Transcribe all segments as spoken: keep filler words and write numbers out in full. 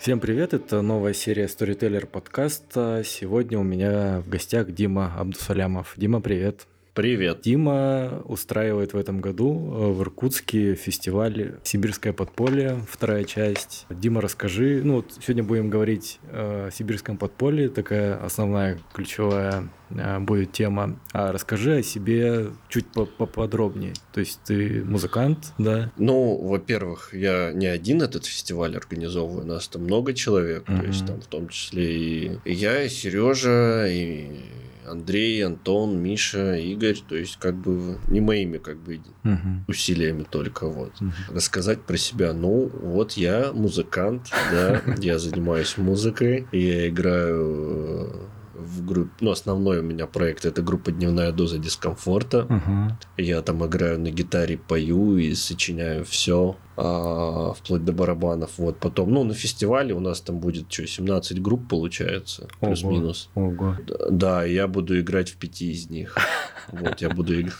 Всем привет, это новая серия Storyteller подкаста. Сегодня у меня в гостях Дима Абдусалямов. Дима, привет. Привет. Дима устраивает в этом году в Иркутске фестиваль «Сибирское подполье», вторая часть. Дима, расскажи, ну вот сегодня будем говорить о сибирском подполье, такая основная ключевая будет тема. А расскажи о себе чуть поподробнее. То есть ты музыкант, да? Ну, во-первых, я не один этот фестиваль организовываю, нас там много человек, uh-huh. то есть там в том числе и я, и Сережа, и Андрей, Антон, Миша, Игорь, то есть как бы не моими как бы uh-huh. усилиями только вот. Uh-huh. Рассказать про себя, ну вот я музыкант, да, я занимаюсь музыкой, я играю в группе, ну, основной у меня проект — это группа «Дневная доза дискомфорта». Uh-huh. Я там играю на гитаре, пою и сочиняю все, а, вплоть до барабанов. Вот потом, ну, на фестивале у нас там будет, что, семнадцать групп получается, Ого. плюс-минус. Ого. Да, я буду играть в пяти из них. Вот, я буду играть.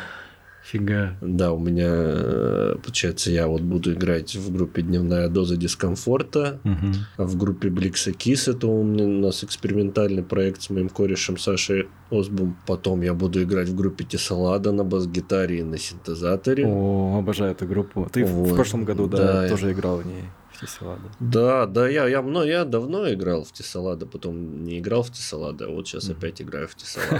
Фига. Да, у меня, получается, я вот буду играть в группе «Дневная доза дискомфорта», угу. в группе «Бликсакис», это у, меня, у нас экспериментальный проект с моим корешем Сашей Осбум. Потом я буду играть в группе «Тесалада» на бас-гитаре и на синтезаторе. О, обожаю эту группу. Ты вот. в прошлом году, да, да тоже я... играл в ней. Тесалада. Да, да, я, я, ну, я давно играл в Тесалада, потом не играл в Тесалада, а вот сейчас mm-hmm. опять играю в Тесалада.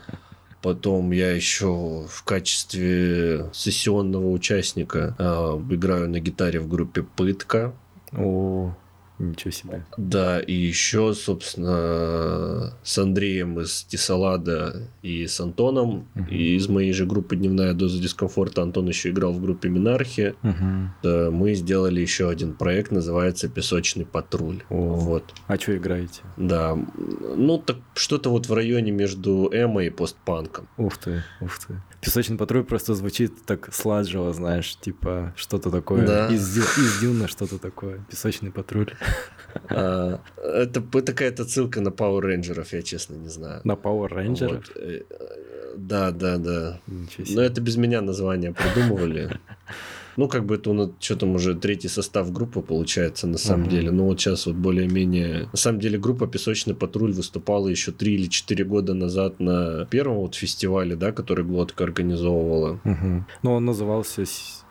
Потом я еще в качестве сессионного участника э, играю на гитаре в группе «Пытка». О, ничего себе. Да, и еще, собственно, с Андреем из Тесалада и с Антоном, uh-huh. и из моей же группы «Дневная доза дискомфорта». Антон еще играл в группе «Минархия». Uh-huh. Да, мы сделали еще один проект, называется «Песочный патруль». О, вот. А что играете? Да, ну так что-то вот в районе между эмо и постпанком. Ух ты, ух ты. «Песочный патруль» просто звучит так сладжево, знаешь, типа что-то такое, да. из, из Дюна что-то такое, «Песочный патруль». А, это, это какая-то ссылка на Power Rangers, я честно не знаю. На Power Rangers? Вот. Да, да, да. Но это без меня название придумывали. Ну, как бы это у нас что там уже третий состав группы получается на самом uh-huh. деле. Ну, вот сейчас вот более-менее... На самом деле группа «Песочный патруль» выступала еще три или четыре года назад на первом вот фестивале, да, который Глотка организовывала. Uh-huh. Ну, он назывался...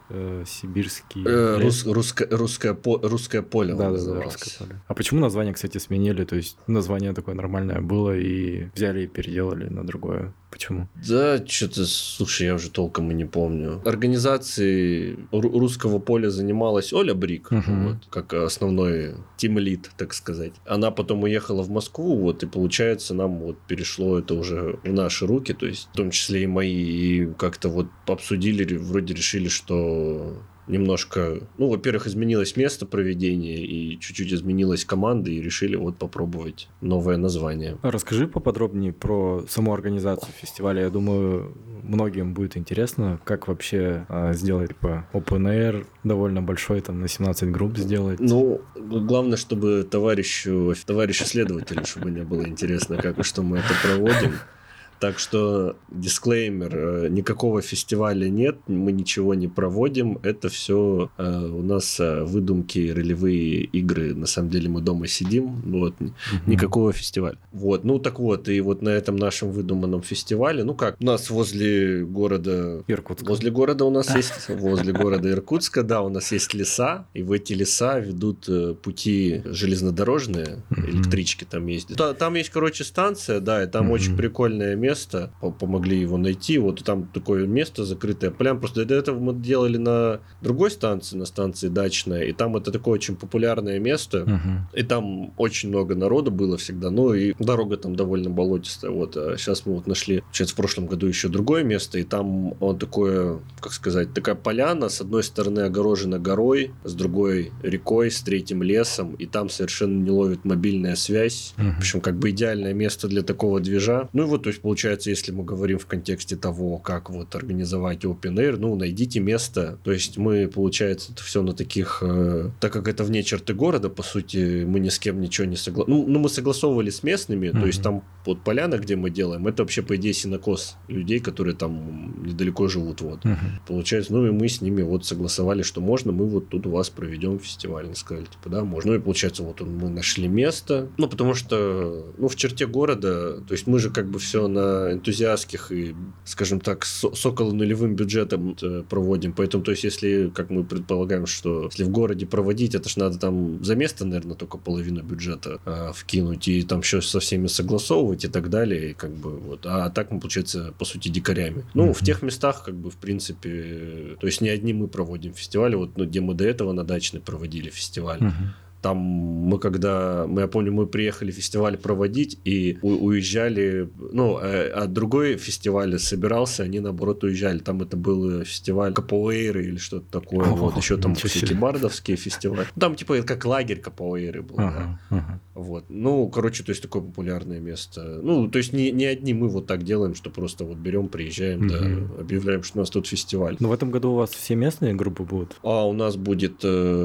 Сибирский э, рус, русское, русское, по, русское поле. Да, да, да, русское поле. А почему название, кстати, сменили? То есть название такое нормальное было и взяли и переделали на другое. Почему? Да, что-то, слушай, я уже толком и не помню. Организацией русского поля занималась Оля Брик, uh-huh. вот, как основной тимлид, так сказать. Она потом уехала в Москву, вот, и получается, нам вот перешло это уже в наши руки, то есть в том числе и мои, и как-то вот обсудили, вроде решили, что немножко, ну, во-первых, изменилось место проведения и чуть-чуть изменилась команда, и решили вот попробовать новое название. Расскажи поподробнее про саму организацию фестиваля. Я думаю, многим будет интересно, как вообще а, сделать типа open air довольно большой, там на семнадцать групп сделать. Ну, главное, чтобы товарищу, товарищу следователю, чтобы не было интересно, как и что мы это проводим. Так что дисклеймер, никакого фестиваля нет, мы ничего не проводим, это все э, у нас выдумки, ролевые игры, на самом деле мы дома сидим, вот, uh-huh. никакого фестиваля. Вот, ну так вот, и вот на этом нашем выдуманном фестивале, ну как, у нас возле города... Иркутска. Возле города у нас есть, возле города Иркутска, да, у нас есть леса, и в эти леса ведут пути железнодорожные, электрички там ездят. Там есть, короче, станция, да, и там uh-huh. очень прикольное место. место, помогли его найти. Вот там такое место, закрытое полян. Просто до этого мы делали на другой станции, на станции Дачная, и там это такое очень популярное место, uh-huh. и там очень много народу было всегда, ну и дорога там довольно болотистая. Вот. А сейчас мы вот нашли, сейчас в прошлом году еще другое место, и там он такое, как сказать, такая поляна, с одной стороны огорожена горой, с другой рекой, с третьим лесом, и там совершенно не ловит мобильная связь. Uh-huh. В общем, как бы идеальное место для такого движа. Ну и вот, то есть, получается, если мы говорим в контексте того, как вот организовать open air, ну, найдите место. То есть мы, получается, это все на таких... Э, так как это вне черты города, по сути, мы ни с кем ничего не согласовали. Ну, ну, мы согласовывали с местными, mm-hmm. то есть там вот поляна, где мы делаем, это вообще, по идее, сенокос людей, которые там недалеко живут. Вот. Mm-hmm. Получается, ну и мы с ними вот согласовали, что можно, мы вот тут у вас проведем фестиваль. Они сказали, типа, да, можно. Ну и получается, вот мы нашли место. Ну, потому что, ну, в черте города, то есть мы же как бы все на энтузиастских и, скажем так, с, с около нулевым бюджетом проводим. Поэтому, то есть, если, как мы предполагаем, что если в городе проводить, это ж надо там за место, наверное, только половину бюджета э, вкинуть и там еще со всеми согласовывать и так далее. И как бы вот. А так мы, получается, по сути, дикарями. Ну, mm-hmm. в тех местах, как бы, в принципе, то есть не одни мы проводим фестивали, вот, ну, где мы до этого на Дачной проводили фестиваль. Mm-hmm. Там мы когда, мы, я помню, мы приехали фестиваль проводить и у, уезжали, ну, а другой фестиваль собирался, они, наоборот, уезжали. Там это был фестиваль капоэйры или что-то такое. О, вот, еще там всякие бардовские фестивали. Там, типа, как лагерь капоэйры был, ага, да. Ага. Вот. Ну, короче, то есть, такое популярное место. Ну, то есть, не, не одни мы вот так делаем, что просто вот берем, приезжаем, угу. да, объявляем, что у нас тут фестиваль. Но в этом году у вас все местные группы будут? А у нас будет,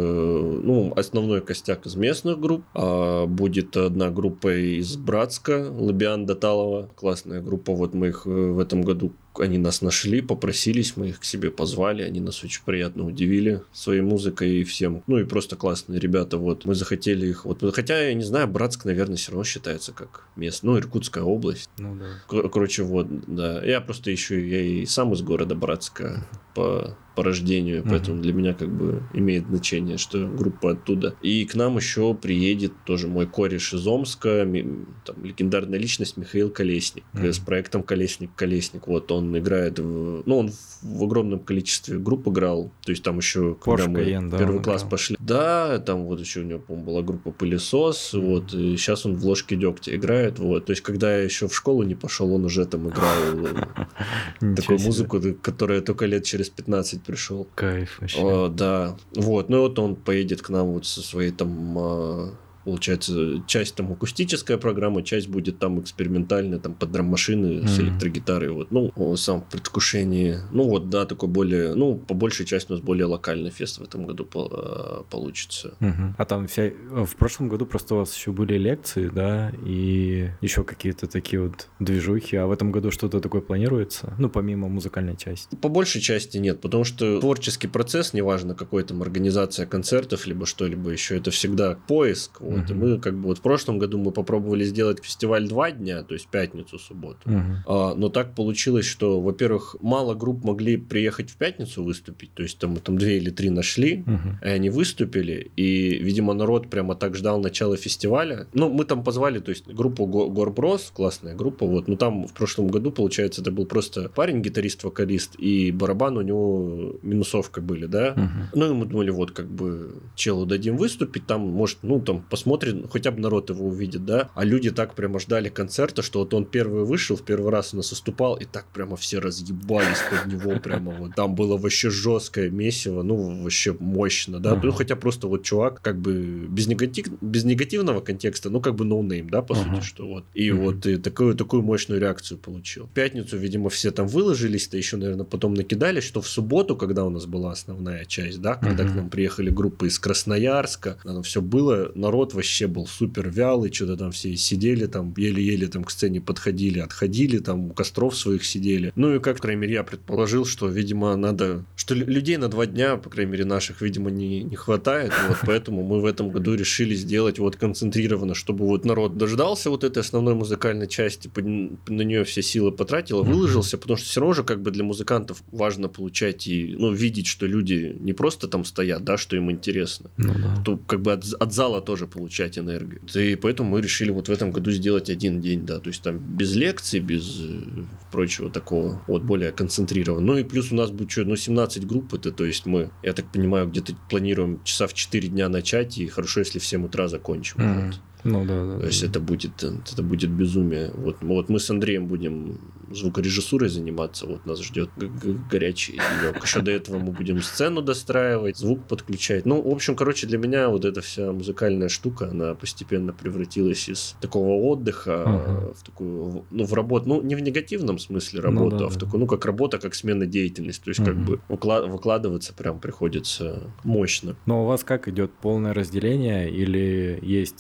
э, ну, основной костяк из местных групп. А будет одна группа из Братска, Лабиан Даталова. Классная группа. Вот мы их в этом году, они нас нашли, попросились, мы их к себе позвали. Они нас очень приятно удивили своей музыкой и всем. Ну и просто классные ребята. Вот мы захотели их. Вот, хотя, я не знаю, Братск, наверное, все равно считается как место. Ну, Иркутская область. Ну да. Кор- короче, вот, да. Я просто еще, я и сам из города Братска по по рождению, uh-huh. поэтому для меня как бы имеет значение, что группа оттуда. И к нам еще приедет тоже мой кореш из Омска, там, легендарная личность Михаил Колесник, uh-huh. с проектом Колесник-Колесник. Вот он играет, в, ну, он в огромном количестве групп играл, то есть там еще, когда Porsche мы Cayenne, да, первый класс играл. Пошли, да, там вот еще у него, по-моему, была группа Пылесос, uh-huh. вот, и сейчас он в Ложке дегтя играет, вот, то есть когда я еще в школу не пошел, он уже там играл такую музыку, которая только лет через пятнадцать пришел. Кайф вообще. О, да. Вот. Ну вот он поедет к нам вот со своей там, получается, часть там акустическая программа, часть будет там экспериментальная, там под драм-машины mm-hmm. с электрогитарой. Вот. Ну, сам в предвкушении. Ну вот, да, такой более, ну, по большей части у нас более локальный фест в этом году по- получится. Mm-hmm. А там вся... В прошлом году просто у вас еще были лекции, да, и еще какие-то такие вот движухи, а в этом году что-то такое планируется? Ну, помимо музыкальной части. По большей части нет, потому что творческий процесс, неважно, какой там организация концертов, либо что-либо еще, это всегда поиск. Вот. Вот, uh-huh. и мы как бы вот в прошлом году мы попробовали сделать фестиваль два дня, то есть пятницу, субботу. Uh-huh. А, но так получилось, что, во-первых, мало групп могли приехать в пятницу выступить, то есть там мы там две или три нашли, uh-huh. и они выступили, и, видимо, народ прямо так ждал начала фестиваля. Ну, мы там позвали, то есть группу Горброс, классная группа, вот, но там в прошлом году, получается, это был просто парень, гитарист-вокалист, и барабан у него минусовка были, да. Uh-huh. Ну, и мы думали, вот, как бы, челу дадим выступить, там, может, ну, там, посмотрим, хотя бы народ его увидит, да, а люди так прямо ждали концерта, что вот он первый вышел, в первый раз у нас выступал, и так прямо все разъебались под него, прямо вот, там было вообще жесткое месиво, ну, вообще мощно, да, uh-huh. ну, хотя просто вот чувак, как бы, без, негатив... без негативного контекста, ну, как бы ноунейм, да, по uh-huh. сути, что вот, и uh-huh. вот, и такую, такую мощную реакцию получил. В пятницу, видимо, все там выложились-то, еще, наверное, потом накидали, что в субботу, когда у нас была основная часть, да, когда uh-huh. к нам приехали группы из Красноярска, там все было, народ вообще был супер вялый, что-то там все сидели, там еле-еле там к сцене подходили, отходили, там у костров своих сидели. Ну и как, по крайней мере, я предположил, что, видимо, надо... Что людей на два дня, по крайней мере, наших, видимо, не, не хватает, вот, поэтому мы в этом году решили сделать вот концентрированно, чтобы вот народ дождался вот этой основной музыкальной части, на нее все силы потратил, выложился, потому что все равно же как бы для музыкантов важно получать и, ну, видеть, что люди не просто там стоят, да, что им интересно, ну, да. то как бы от, от зала тоже получать энергию. И поэтому мы решили вот в этом году сделать один день, да, то есть там без лекций, без э, прочего такого, вот более концентрированно. Ну и плюс у нас будет что, ну семнадцать групп, это, то есть мы, я так понимаю, где-то планируем часа в четыре дня начать, и хорошо, если в семь утра закончим. Mm-hmm. Вот. Ну да, да. То да, есть да. это будет, это будет безумие. Вот, вот мы с Андреем будем звукорежиссурой заниматься, вот нас ждет г- г- горячий денек. Еще до этого мы будем сцену достраивать, звук подключать. Ну, в общем, короче, для меня вот эта вся музыкальная штука, она постепенно превратилась из такого отдыха uh-huh. в такую, ну, в работу, ну, не в негативном смысле работу, ну, да, а в да. такую, ну, как работа, как смена деятельности. То есть, uh-huh. как бы уклад- выкладываться прям приходится мощно. Но у вас как идет полное разделение или есть там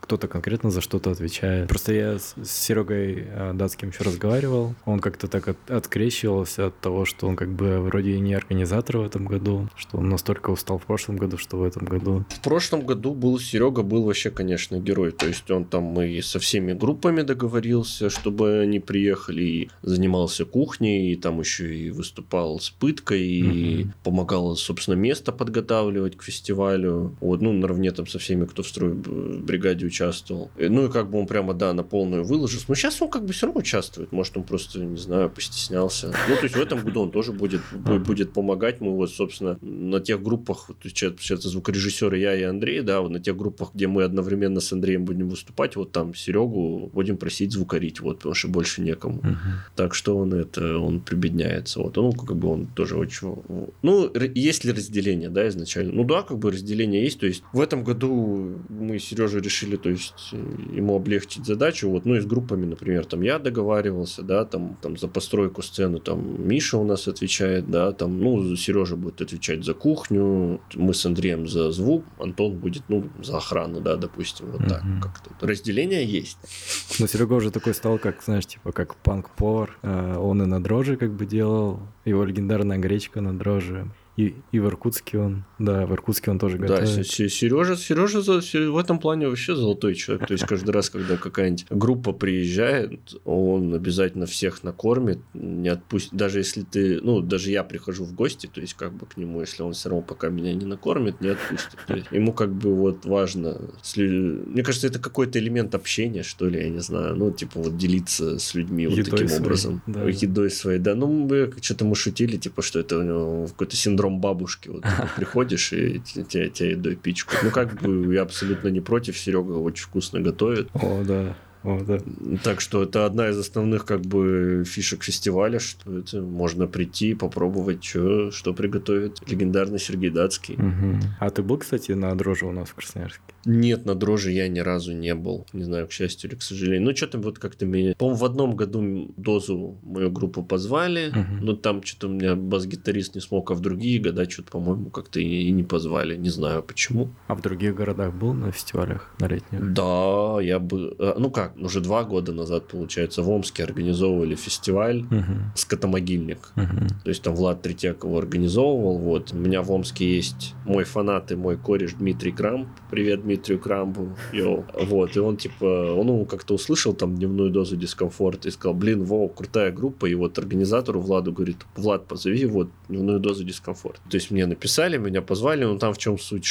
кто-то конкретно за что-то отвечает. Просто я с, с Серегой э, Датским еще разговаривал, он как-то так от, открещивался от того, что он как бы вроде и не организатор в этом году, что он настолько устал в прошлом году, что в этом году. В прошлом году был Серега, был вообще, конечно, герой. То есть он там и со всеми группами договорился, чтобы они приехали, и занимался кухней, и там еще и выступал с пыткой, и угу. помогал, собственно, место подготавливать к фестивалю. Вот, ну, наравне там со всеми, кто в стройбригаде участвовал. Ну, и как бы он прямо, да, на полную выложился. Но сейчас он как бы все равно участвует. Может, он просто, не знаю, постеснялся. Ну, то есть в этом году он тоже будет, будет помогать. Мы вот, собственно, на тех группах, сейчас звукорежиссеры я и Андрей, да, вот на тех группах, где мы одновременно с Андреем будем выступать, вот там Серегу будем просить звукорить, вот, потому что больше некому. Uh-huh. Так что он это, он прибедняется. Вот, ну, как бы он тоже очень... Ну, есть ли разделение, да, изначально? Ну, да, как бы разделение есть. То есть в этом году мы с Сережей решили, то есть ему облегчить задачу. Вот, ну, и с группами, например, там я договаривался, да, там, там за постройку сцены, там Миша у нас отвечает, да, там, ну, Сережа будет отвечать за кухню, мы с Андреем за звук, Антон будет, ну, за охрану, да, допустим, вот uh-huh. так как-то. Разделение есть. Но Серега уже такой стал, как, знаешь, типа, как панк-повар. Он и на дрожжи как бы делал, его легендарная гречка на дрожжи. И, и в Иркутске он, да, в Иркутске он тоже готовит. Да, Сережа, Сережа в этом плане вообще золотой человек. То есть каждый раз, когда какая-нибудь группа приезжает, он обязательно всех накормит, не отпустит. Даже если ты, ну, даже я прихожу в гости, то есть как бы к нему, если он все равно пока меня не накормит, не отпустит. То есть ему как бы вот важно. Мне кажется, это какой-то элемент общения, что ли, я не знаю. Ну, типа вот делиться с людьми едой вот таким своей, образом. Да. Едой своей, да. Ну, мы что-то мы шутили, типа, что это у него какой-то синдром бабушки. Вот ты приходишь, и тебя, тебя едой пичку. Ну, как бы я абсолютно не против. Серега очень вкусно готовит. О, да. О, да. Так что это одна из основных как бы фишек фестиваля, что это можно прийти, попробовать, что, что приготовит легендарный Сергей Датский. Угу. А ты был, кстати, на дрожжи у нас в Красноярске? Нет, на дрожжи я ни разу не был. Не знаю, к счастью или к сожалению. Ну, что-то вот как-то меня... По-моему, в одном году дозу мою группу позвали, угу. но там что-то у меня бас-гитарист не смог, а в другие года что-то, по-моему, как-то и не позвали. Не знаю, почему. А в других городах был на фестивалях, на летних? Да, я бы... Ну как, уже два года назад, получается, в Омске организовывали фестиваль uh-huh. «Скотомогильник». Uh-huh. То есть там Влад Третьяк его организовывал. Вот. У меня в Омске есть мой фанат и мой кореш Дмитрий Крамп. Привет Дмитрию Крампу. Йоу. Вот. И он типа, он как-то услышал там дневную дозу дискомфорта и сказал, блин, воу, крутая группа. И вот организатору Владу говорит, Влад, позови вот дневную дозу дискомфорта. То есть мне написали, меня позвали, но там в чем суть,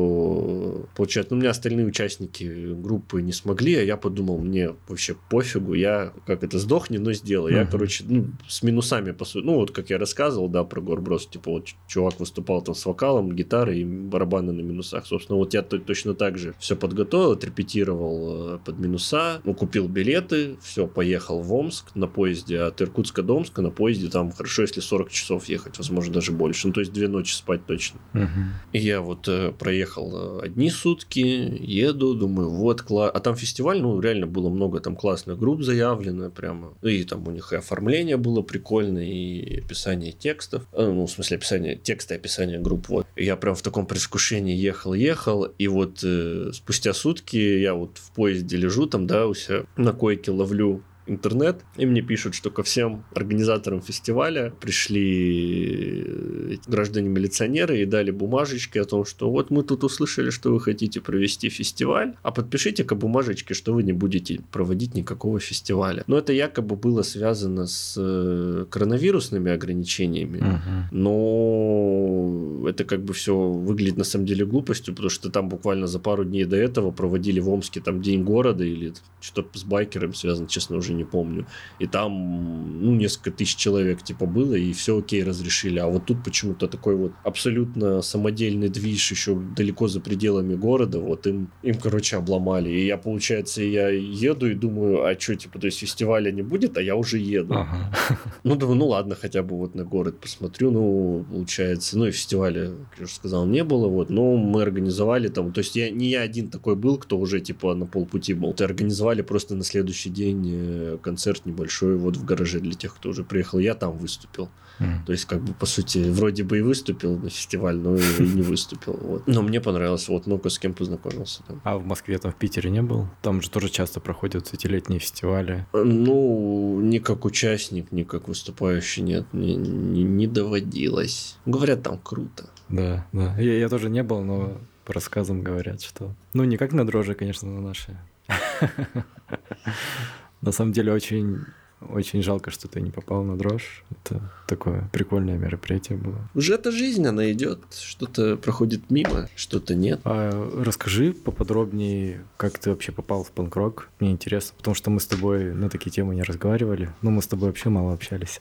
что получается, ну, у меня остальные участники группы не смогли, а я подумал, мне вообще пофигу, я как это сдохни, но сделаю. Uh-huh. Я, короче, ну, с минусами, по сути, ну, вот как я рассказывал, да, про Горброс, типа, вот чувак выступал там с вокалом, гитарой и барабаны на минусах. Собственно, вот я точно так же все подготовил, отрепетировал э, под минуса, ну, купил билеты, все, поехал в Омск на поезде от Иркутска до Омска, на поезде там хорошо, если сорок часов ехать, возможно, даже больше. Ну, то есть две ночи спать точно. Uh-huh. И я вот э, проехал одни сутки, еду, думаю, вот, класс. А там фестиваль, ну, реально было много там классных групп заявлено прямо. И там у них и оформление было прикольное, и описание текстов. Ну, в смысле, описание текста и описание групп. Вот. И я прям в таком предвкушении ехал-ехал, и вот э, спустя сутки я вот в поезде лежу там, да, у себя на койке ловлю интернет, и мне пишут, что ко всем организаторам фестиваля пришли граждане-милиционеры и дали бумажечки о том, что вот мы тут услышали, что вы хотите провести фестиваль, а подпишите-ка бумажечки, что вы не будете проводить никакого фестиваля. Но это якобы было связано с коронавирусными ограничениями, uh-huh. но это как бы все выглядит на самом деле глупостью, потому что там буквально за пару дней до этого проводили в Омске там День города или что-то с байкером связано, честно, уже не помню. И там, ну, несколько тысяч человек, типа, было, и все окей, разрешили. А вот тут почему-то такой вот абсолютно самодельный движ еще далеко за пределами города, вот им, им, короче, обломали. И я, получается, я еду и думаю, а что, типа, то есть фестиваля не будет, а я уже еду. Ага. Ну, думаю, ну, ладно, хотя бы вот на город посмотрю. Ну, получается, ну, и фестиваля, как я уже сказал, не было, вот. Но мы организовали там, то есть я, не я один такой был, кто уже, типа, на полпути был. Мы организовали просто на следующий день прощальный концерт небольшой вот в гараже для тех, кто уже приехал. Я там выступил. Mm. То есть, как бы, по сути, вроде бы и выступил на фестиваль, но и не выступил. Вот. Но мне понравилось. Вот много с кем познакомился там. А в Москве, там, в Питере не был? Там же тоже часто проходят эти летние фестивали. Ну, ни как участник, ни как выступающий нет, не, не, не доводилось. Говорят, там круто. Да, да. Я, я тоже не был, но по рассказам говорят, что... Ну, не как на дрожжи, конечно, на наши. На самом деле, очень... Очень жалко, что ты не попал на дрожь. Это такое прикольное мероприятие было. Уже эта жизнь, она идет. Что-то проходит мимо, что-то нет. А расскажи поподробнее, как ты вообще попал в панк-рок. Мне интересно, потому что мы с тобой на такие темы не разговаривали. Но мы с тобой вообще мало общались.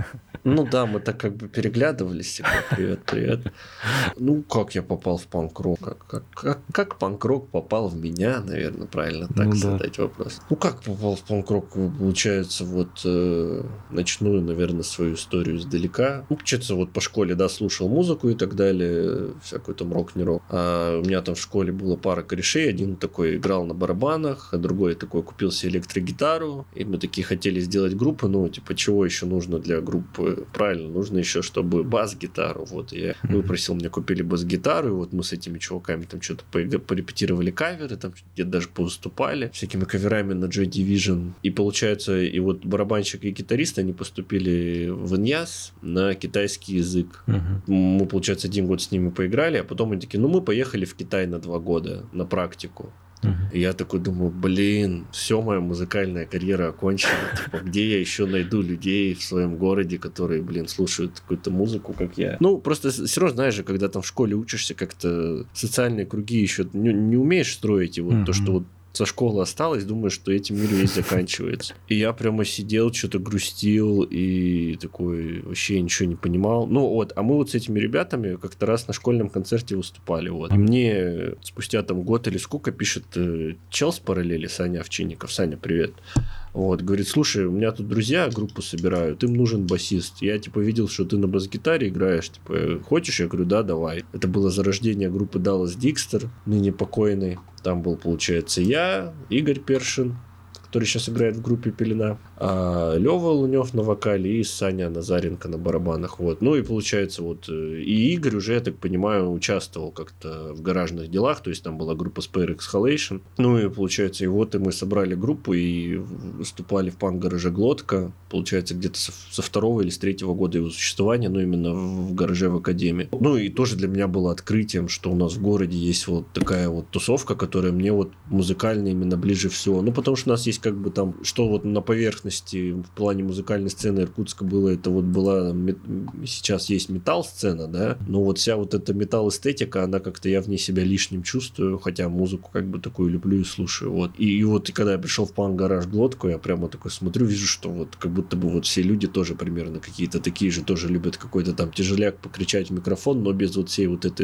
Ну да, мы так как бы переглядывались всегда. Привет, привет. Ну, как я попал в панк-рок? Как, как, как, как панк-рок попал в меня, наверное, правильно так ну, задать да. вопрос. Ну, как попал в панк-рок? Получается, вот э, начну, наверное, свою историю издалека. Ну, что-то вот по школе, да, слушал музыку и так далее, всякую там рок, не рок. А у меня там в школе была пара корешей. Один такой играл на барабанах, а другой такой купил себе электрогитару. И мы такие хотели сделать группу. Ну, типа, чего еще нужно для группы? Правильно, нужно еще, чтобы бас-гитару. Вот я выпросил, мне купили бас-гитару, и вот мы с этими чуваками там что-то порепетировали каверы, там где-то даже повыступали всякими каверами на Joy Division. И получается, и вот барабанщик и гитарист, они поступили в Иньяс на китайский язык. Uh-huh. Мы, получается, один год с ними поиграли, а потом они такие, ну, мы поехали в Китай на два года на практику. Uh-huh. И я такой думаю, блин, все, моя музыкальная карьера окончена. Типа, где я еще найду людей в своем городе, которые, блин, слушают какую-то музыку, как я? Ну, просто все равно, знаешь же, когда там в школе учишься, как-то социальные круги еще не, не умеешь строить. И вот uh-huh. то, что вот со школы осталось, думаю, что этим мир весь заканчивается. И я прямо сидел, что-то грустил и такой вообще ничего не понимал. Ну вот, а мы вот с этими ребятами как-то раз на школьном концерте выступали. Вот. И мне спустя там год или сколько пишет э, чел с параллели, Саня Овчинников. Саня, привет. Вот, говорит, слушай, у меня тут друзья группу собирают, им нужен басист. Я, типа, видел, что ты на бас-гитаре играешь, типа, хочешь? Я говорю, да, давай. Это было зарождение группы Dallas Dixter, ныне покойной. Там был, получается, я, Игорь Першин, который сейчас играет в группе Пелена, а Лёва Лунёв на вокале и Саня Назаренко на барабанах. Вот. Ну и получается, вот и Игорь уже, я так понимаю, участвовал как-то в гаражных делах, то есть там была группа Spare Exhalation. Ну и получается, и вот и мы собрали группу и выступали в панк-гараже Глотка, получается, где-то со, со второго или с третьего года его существования, ну именно в, в гараже в Академии. Ну и тоже для меня было открытием, что у нас в городе есть вот такая вот тусовка, которая мне вот музыкально именно ближе всего. Ну потому что у нас есть как бы там, что вот на поверхности в плане музыкальной сцены Иркутска было, это вот была, сейчас есть металл-сцена, да, но вот вся вот эта металл-эстетика, она как-то, я в ней себя лишним чувствую, хотя музыку как бы такую люблю и слушаю, вот. И, и вот, и когда я пришел в панк-гараж Глотку, я прямо такой смотрю, вижу, что вот как будто бы вот все люди тоже примерно какие-то такие же, тоже любят какой-то там тяжеляк покричать в микрофон, но без вот всей вот этой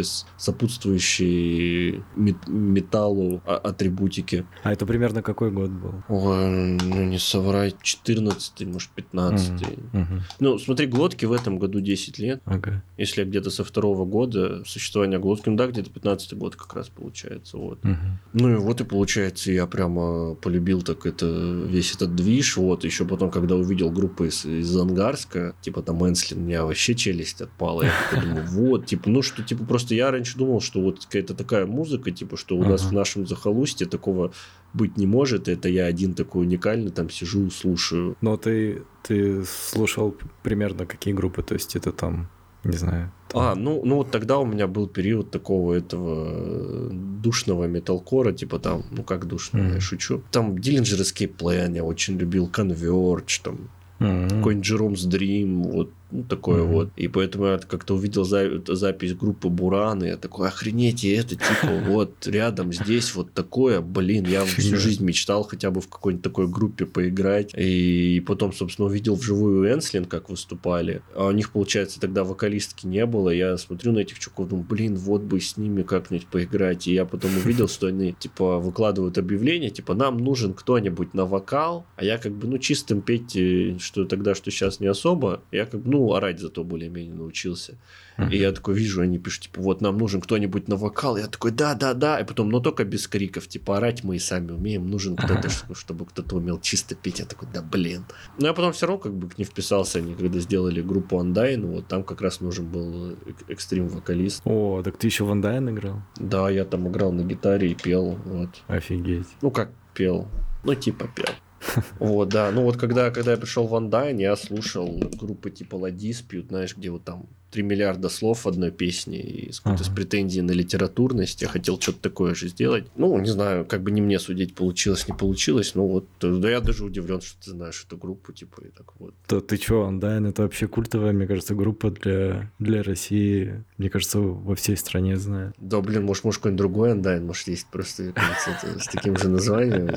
сопутствующей металлу атрибутики. А это примерно какой год был? Ну, не соврать, четырнадцатый, может, пятнадцатый. Mm-hmm. Mm-hmm. Ну, смотри, Глотки в этом году десять лет. Okay. Если я где-то со второго года существования Глотки, ну да, где-то пятнадцатый год как раз получается. Вот. Mm-hmm. Ну и вот и получается, я прямо полюбил так это, весь этот движ. Вот, еще потом, когда увидел группы из, из Ангарска, типа там Энслин, у меня вообще челюсть отпала. Я подумал, вот, типа, ну что, типа, просто я раньше думал, что вот какая-то такая музыка, типа, что у uh-huh. нас в нашем захолустье такого быть не может, это я один такой уникальный, там сижу, слушаю. Но ты, ты слушал примерно какие группы, то есть это там, не знаю. Там... А, ну, ну вот тогда у меня был период такого этого душного металкора, типа там, ну как душного, mm-hmm. я шучу. Там Dillinger Escape Plan я очень любил, Converge, там, mm-hmm. какой-нибудь Jerome's Dream, вот. Ну, такое mm-hmm. вот. И поэтому я как-то увидел за... запись группы Буран, и я такой, охренеть, это типа вот рядом здесь вот такое, блин, я всю жизнь мечтал хотя бы в какой-нибудь такой группе поиграть. И потом, собственно, увидел вживую Энслин, как выступали. А у них, получается, тогда вокалистки не было. Я смотрю на этих чуваков, думаю, блин, вот бы с ними как-нибудь поиграть. И я потом увидел, что они, типа, выкладывают объявление, типа, нам нужен кто-нибудь на вокал. А я как бы, ну, чистым петь, что тогда, что сейчас не особо. Я как бы, ну, ну, орать зато более-менее научился. Uh-huh. И я такой вижу, они пишут, типа, вот нам нужен кто-нибудь на вокал. Я такой, да-да-да. И потом, но только без криков. Типа, орать мы и сами умеем. Нужен кто-то, чтобы, чтобы кто-то умел чисто петь. Я такой, да блин. Но я потом все равно как бы не вписался. Они когда сделали группу Undyne, вот там как раз нужен был экстрим-вокалист. О, так ты еще в Undyne играл? Да, я там играл на гитаре и пел. Вот. Офигеть. Ну, как пел? Ну, типа пел. Вот, да. Ну, вот когда, когда я пришел в Undyne, я слушал группы типа La Dispute, знаешь, где вот там три миллиарда слов в одной песне и с, ага. с претензией на литературность. Я хотел что-то такое же сделать. Ну, не знаю, как бы не мне судить, получилось, не получилось. Но вот, да я даже удивлен, что ты знаешь эту группу, типа, и так вот. То ты чё, Undyne — это вообще культовая, мне кажется, группа для, для России. Мне кажется, во всей стране знают. Да, блин, может, может, какой-нибудь другой Undyne, может, есть просто кажется, с таким же названием.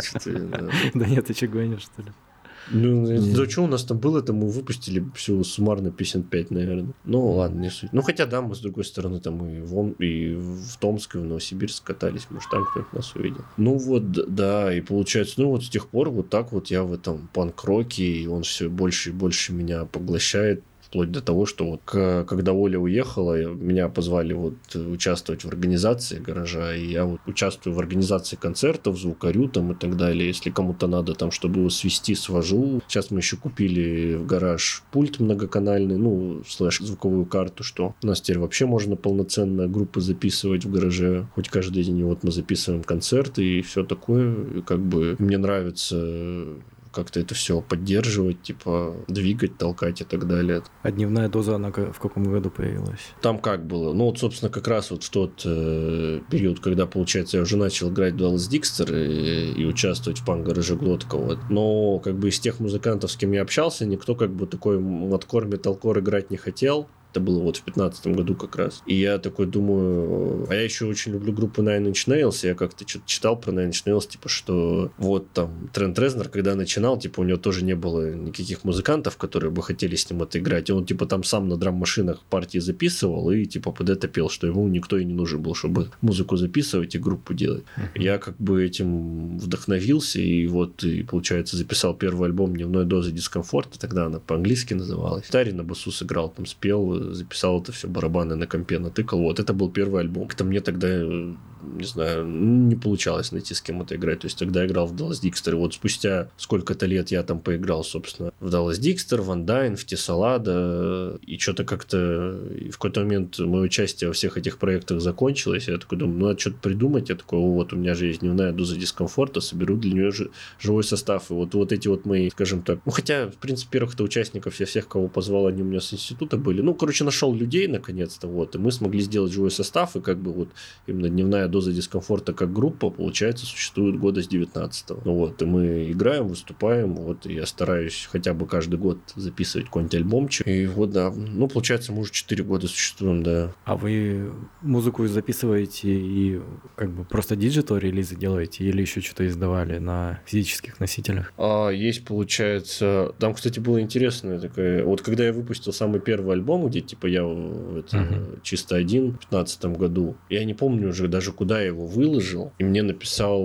Да нет, ты че гонишь, что ли? Ну, да что у нас там было, это мы выпустили всего суммарно песен пять, наверное. Ну, ладно, не суть. Ну, хотя, да, мы, с другой стороны, там и в, и в Томск, и в Новосибирск катались, может, там кто-то нас увидел. Ну, вот, да, и получается, ну, вот с тех пор вот так вот я в этом панк-роке, и он все больше и больше меня поглощает. Вплоть до того, что вот к, когда Оля уехала, меня позвали вот участвовать в организации гаража, и я вот участвую в организации концертов, звукарю там и так далее. Если кому-то надо там, чтобы его свести, свожу. Сейчас мы еще купили в гараж пульт многоканальный, ну, слэш звуковую карту, что у нас теперь вообще можно полноценно группы записывать в гараже. Хоть каждый день вот мы записываем концерты и все такое. И как бы мне нравится как-то это все поддерживать, типа двигать, толкать и так далее. А дневная доза, она в каком году появилась? Там как было? Ну, вот, собственно, как раз вот в тот э, период, когда, получается, я уже начал играть в Dallas Dixter и, и участвовать в панк-гараже Глотка. Вот. Но как бы из тех музыкантов, с кем я общался, никто как бы такой маткор, металкор играть не хотел. Это было вот в пятнадцатом году как раз. И я такой думаю... А я еще очень люблю группу Nine Inch Nails. Я как-то что-то читал про Nine Inch Nails, типа, что вот там Трент Резнор, когда начинал, типа, у него тоже не было никаких музыкантов, которые бы хотели с ним это играть. И он, типа, там сам на драм-машинах партии записывал и, типа, под это пел, что ему никто и не нужен был, чтобы музыку записывать и группу делать. Uh-huh. Я как бы этим вдохновился и вот, и, получается, записал первый альбом «Дневной дозы дискомфорта». Тогда она по-английски называлась. Тари на басу сыграл, там спел, записал это все, барабаны на компе натыкал. Вот, это был первый альбом. Как-то мне тогда, не знаю, не получалось найти, с кем это играть. То есть, тогда играл в Dallas Dixter. И вот спустя сколько-то лет я там поиграл, собственно, в Dallas Dixter, в Undyne, в Тесалада. И что-то как-то... И в какой-то момент мое участие во всех этих проектах закончилось. Я такой думаю, ну, надо что-то придумать. Я такой, вот, у меня же есть дневная доза дискомфорта, соберу для нее ж- живой состав. И вот, вот эти вот мои, скажем так... Ну, хотя, в принципе, первых-то участников я всех, кого позвал, они у меня с института были. Ну, короче, нашел людей наконец-то, вот, и мы смогли сделать живой состав, и как бы вот именно дневная доза дискомфорта как группа, получается, существует года с девятнадцатого. Ну, вот, и мы играем, выступаем, вот, и я стараюсь хотя бы каждый год записывать какой-нибудь альбомчик, и вот, да, ну, получается, мы уже четыре года существуем, да. А вы музыку записываете и как бы просто диджитал-релизы делаете, или еще что-то издавали на физических носителях? А, есть, получается, там, кстати, было интересно, такое, вот когда я выпустил самый первый альбом, где типа я это, uh-huh. чисто один в пятнадцатом году. Я не помню уже даже, куда я его выложил. И мне написал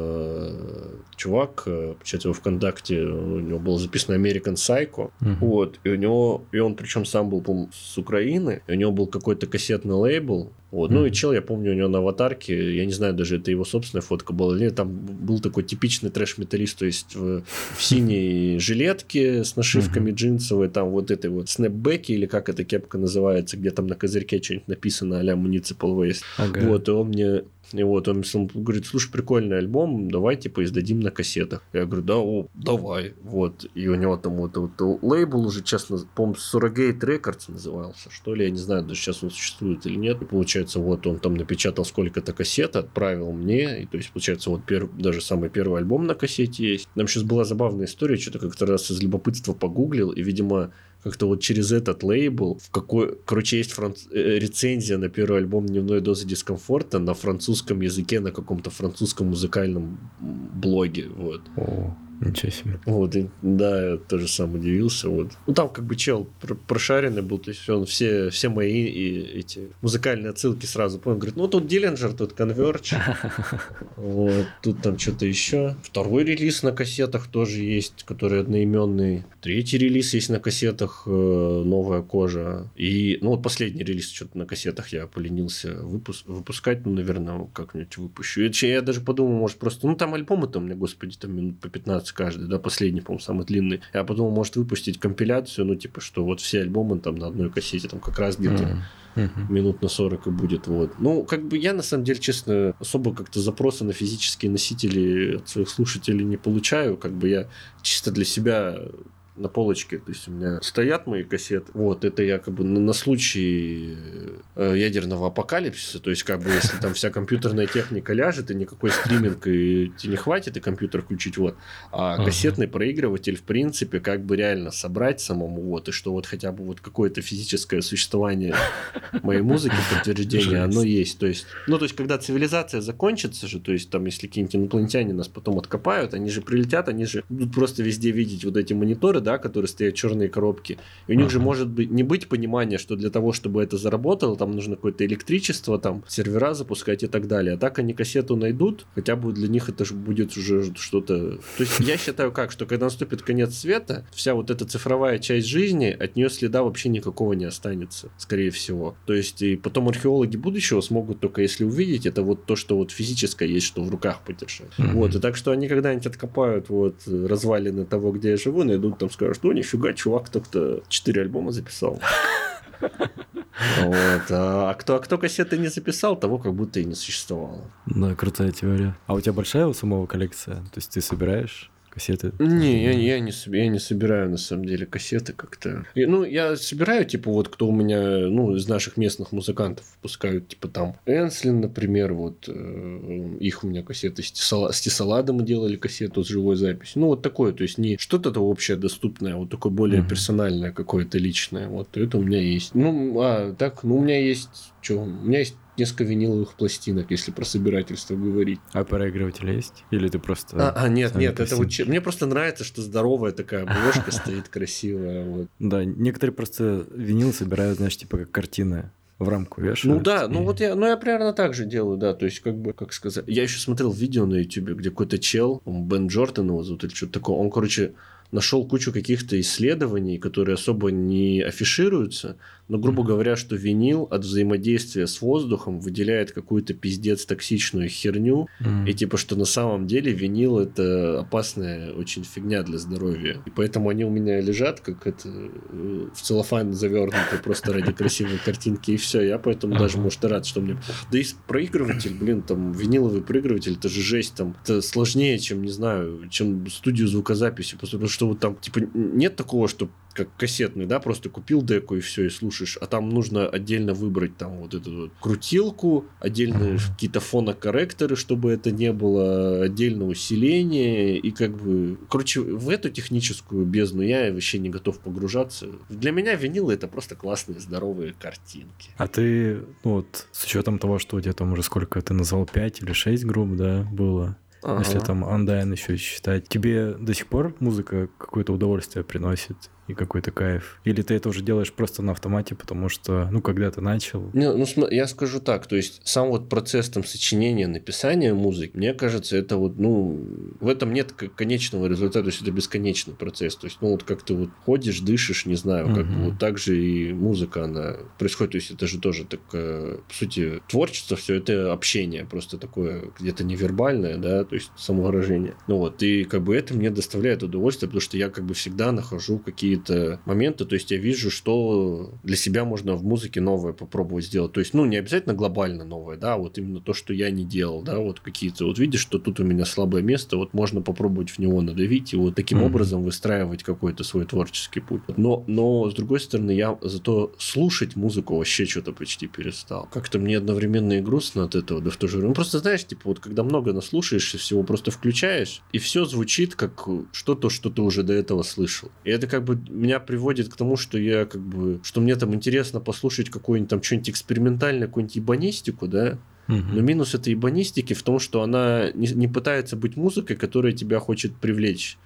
э, чувак, э, получается, его ВКонтакте, у него было записано American Psycho. Uh-huh. Вот. И у него, и он причем сам был, по-моему, с Украины. И у него был какой-то кассетный лейбл. Вот. Mm-hmm. Ну и чел, я помню, у него на аватарке, я не знаю, даже это его собственная фотка была или нет, там был такой типичный трэш-металлист, то есть в, в синей жилетке с нашивками mm-hmm. джинсовой, там вот этой вот снэпбеки, или как эта кепка называется, где там на козырьке что-нибудь написано а-ля Municipal Waste. Okay. Вот, и он мне... И вот он говорит, слушай, прикольный альбом, давай, типа, издадим на кассетах. Я говорю, да, о, давай. Вот. И у него там вот, вот лейбл уже, честно, по-моему, Surrogate Records назывался, что ли, я не знаю, даже сейчас он существует или нет. И получается, вот он там напечатал сколько-то кассет, отправил мне, и то есть, получается, вот перв... даже самый первый альбом на кассете есть. Там сейчас была забавная история, что-то как-то раз из любопытства погуглил, и, видимо, как-то вот через этот лейбл, в какой, короче, есть франц... рецензия на первый альбом «Дневной дозы дискомфорта» на французском языке, на каком-то французском музыкальном блоге, вот. О. Ничего себе. Вот, и, да, я тоже сам удивился. Вот. Ну, там как бы чел пр- прошаренный был, то есть он все, все мои и эти музыкальные отсылки сразу понял. Говорит, ну, тут Диллинджер, тут Converge, вот, тут там что-то еще. Второй релиз на кассетах тоже есть, который одноименный. Третий релиз есть на кассетах, э, новая кожа. И, ну, вот последний релиз что-то на кассетах я поленился выпуск, выпускать, ну, наверное, как-нибудь выпущу. И я даже подумал, может, просто, ну, там альбомы-то у меня, господи, там минут по пятнадцать каждый, да, последний, по-моему, самый длинный. Я подумал, может, выпустить компиляцию, ну, типа, что вот все альбомы там на одной кассете, там как раз где-то mm-hmm. минут на сорок и будет, вот. Ну, как бы я, на самом деле, честно, особо как-то запроса на физические носители от своих слушателей не получаю, как бы я чисто для себя на полочке, то есть у меня стоят мои кассеты, вот, это я как бы на, на случай э, ядерного апокалипсиса, то есть как бы если там вся компьютерная техника ляжет, и никакой стриминг и тебе не хватит, и компьютер включить, вот, а кассетный проигрыватель, в принципе, как бы реально собрать самому, вот, и что вот хотя бы вот какое-то физическое существование моей музыки, подтверждение, оно есть, то есть, ну, то есть, когда цивилизация закончится же, то есть, там, если какие-нибудь инопланетяне нас потом откопают, они же прилетят, они же будут просто везде видеть вот эти мониторы, да, которые стоят черные коробки. И у них uh-huh. же может быть не быть понимания, что для того, чтобы это заработало, там нужно какое-то электричество, там сервера запускать и так далее. А так они кассету найдут, хотя бы для них это же будет уже что-то... То есть я считаю как, что когда наступит конец света, вся вот эта цифровая часть жизни, от нее следа вообще никакого не останется, скорее всего. То есть и потом археологи будущего смогут только если увидеть, это вот то, что вот физическое есть, что в руках подержать. Uh-huh. Вот, и так что они когда-нибудь откопают вот развалины того, где я живу, найдут там, скажут, что нифига, чувак так-то четыре альбома записал. Вот. А кто, а кто кассеты не записал, того как будто и не существовало. Да, крутая теория. А у тебя большая у самого коллекция? То есть ты собираешь кассеты? Не, я, я, не, я не собираю, на самом деле, кассеты как-то. И, ну, я собираю, типа, вот кто у меня, ну, из наших местных музыкантов выпускают, типа, там, Энслин, например, вот, э, их у меня кассеты с, Тесала, с Тесалада мы делали кассету с живой записью. Ну, вот такое, то есть, не что-то общее доступное, вот такое более mm-hmm. персональное какое-то личное. Вот, это у меня есть. Ну, а так, ну, у меня есть, что, у меня есть несколько виниловых пластинок, если про собирательство говорить. А проигрыватель есть? Или ты просто... А, а нет, нет, это вот... Мне просто нравится, что здоровая такая обложка стоит, красивая. Вот. Да, некоторые просто винил собирают, знаешь, типа как картины. В рамку вешают. Ну да, и... ну вот я, ну я примерно так же делаю, да, то есть как бы, как сказать, я еще смотрел видео на ютубе, где какой-то чел, он Бен Джордан его зовут или что-то такое, он, короче, нашел кучу каких-то исследований, которые особо не афишируются, но, грубо mm-hmm. говоря, что винил от взаимодействия с воздухом выделяет какую-то пиздец токсичную херню, mm-hmm. и типа, что на самом деле винил это опасная очень фигня для здоровья. И поэтому они у меня лежат, как это, в целлофан завернуты просто ради красивой картинки, и все. Я поэтому uh-huh. даже, может, и рад, что мне... Да и проигрыватель, блин, там, виниловый проигрыватель, это же жесть, там, это сложнее, чем, не знаю, чем студию звукозаписи, потому что вот там, типа, нет такого, что как кассетный, да, просто купил деку и все, и слушаешь, а там нужно отдельно выбрать там вот эту вот крутилку, отдельно uh-huh. какие-то фонокорректоры, чтобы это не было, отдельно усиление, и как бы, короче, в эту техническую бездну я вообще не готов погружаться. Для меня винил это просто классные, здоровые картинки. А ты, ну вот, с учетом того, что у тебя там уже сколько, ты назвал, пять или шесть групп, да, было? Ага. Если там Undyne еще считать, тебе до сих пор музыка какое-то удовольствие приносит и какой-то кайф? Или ты это уже делаешь просто на автомате, потому что, ну, когда ты начал? Не, ну, я скажу так, то есть сам вот процесс там сочинения, написания музыки, мне кажется, это вот, ну, в этом нет конечного результата, то есть это бесконечный процесс, то есть, ну, вот как ты вот ходишь, дышишь, не знаю, как uh-huh. бы вот так же и музыка, она происходит, то есть это же тоже такое, по сути, творчество, все это общение, просто такое где-то невербальное, да, то есть самовыражение. Ну вот, и как бы это мне доставляет удовольствие, потому что я как бы всегда нахожу какие какие-то моменты, то есть я вижу, что для себя можно в музыке новое попробовать сделать. То есть, ну, не обязательно глобально новое, да, вот именно то, что я не делал, да, вот какие-то, вот видишь, что тут у меня слабое место, вот можно попробовать в него надавить и вот таким mm-hmm. образом выстраивать какой-то свой творческий путь. Но, но, с другой стороны, я зато слушать музыку вообще что-то почти перестал. Как-то мне одновременно и грустно от этого, да в то же время. Ну, просто, знаешь, типа, вот когда много наслушаешься всего, просто включаешь, и все звучит как что-то, что ты уже до этого слышал. И это как бы меня приводит к тому, что я как бы, что мне там интересно послушать какую-нибудь там что-нибудь экспериментальное, какую-нибудь ебанистику, да, угу. но минус этой ебанистики в том, что она не, не пытается быть музыкой, которая тебя хочет привлечь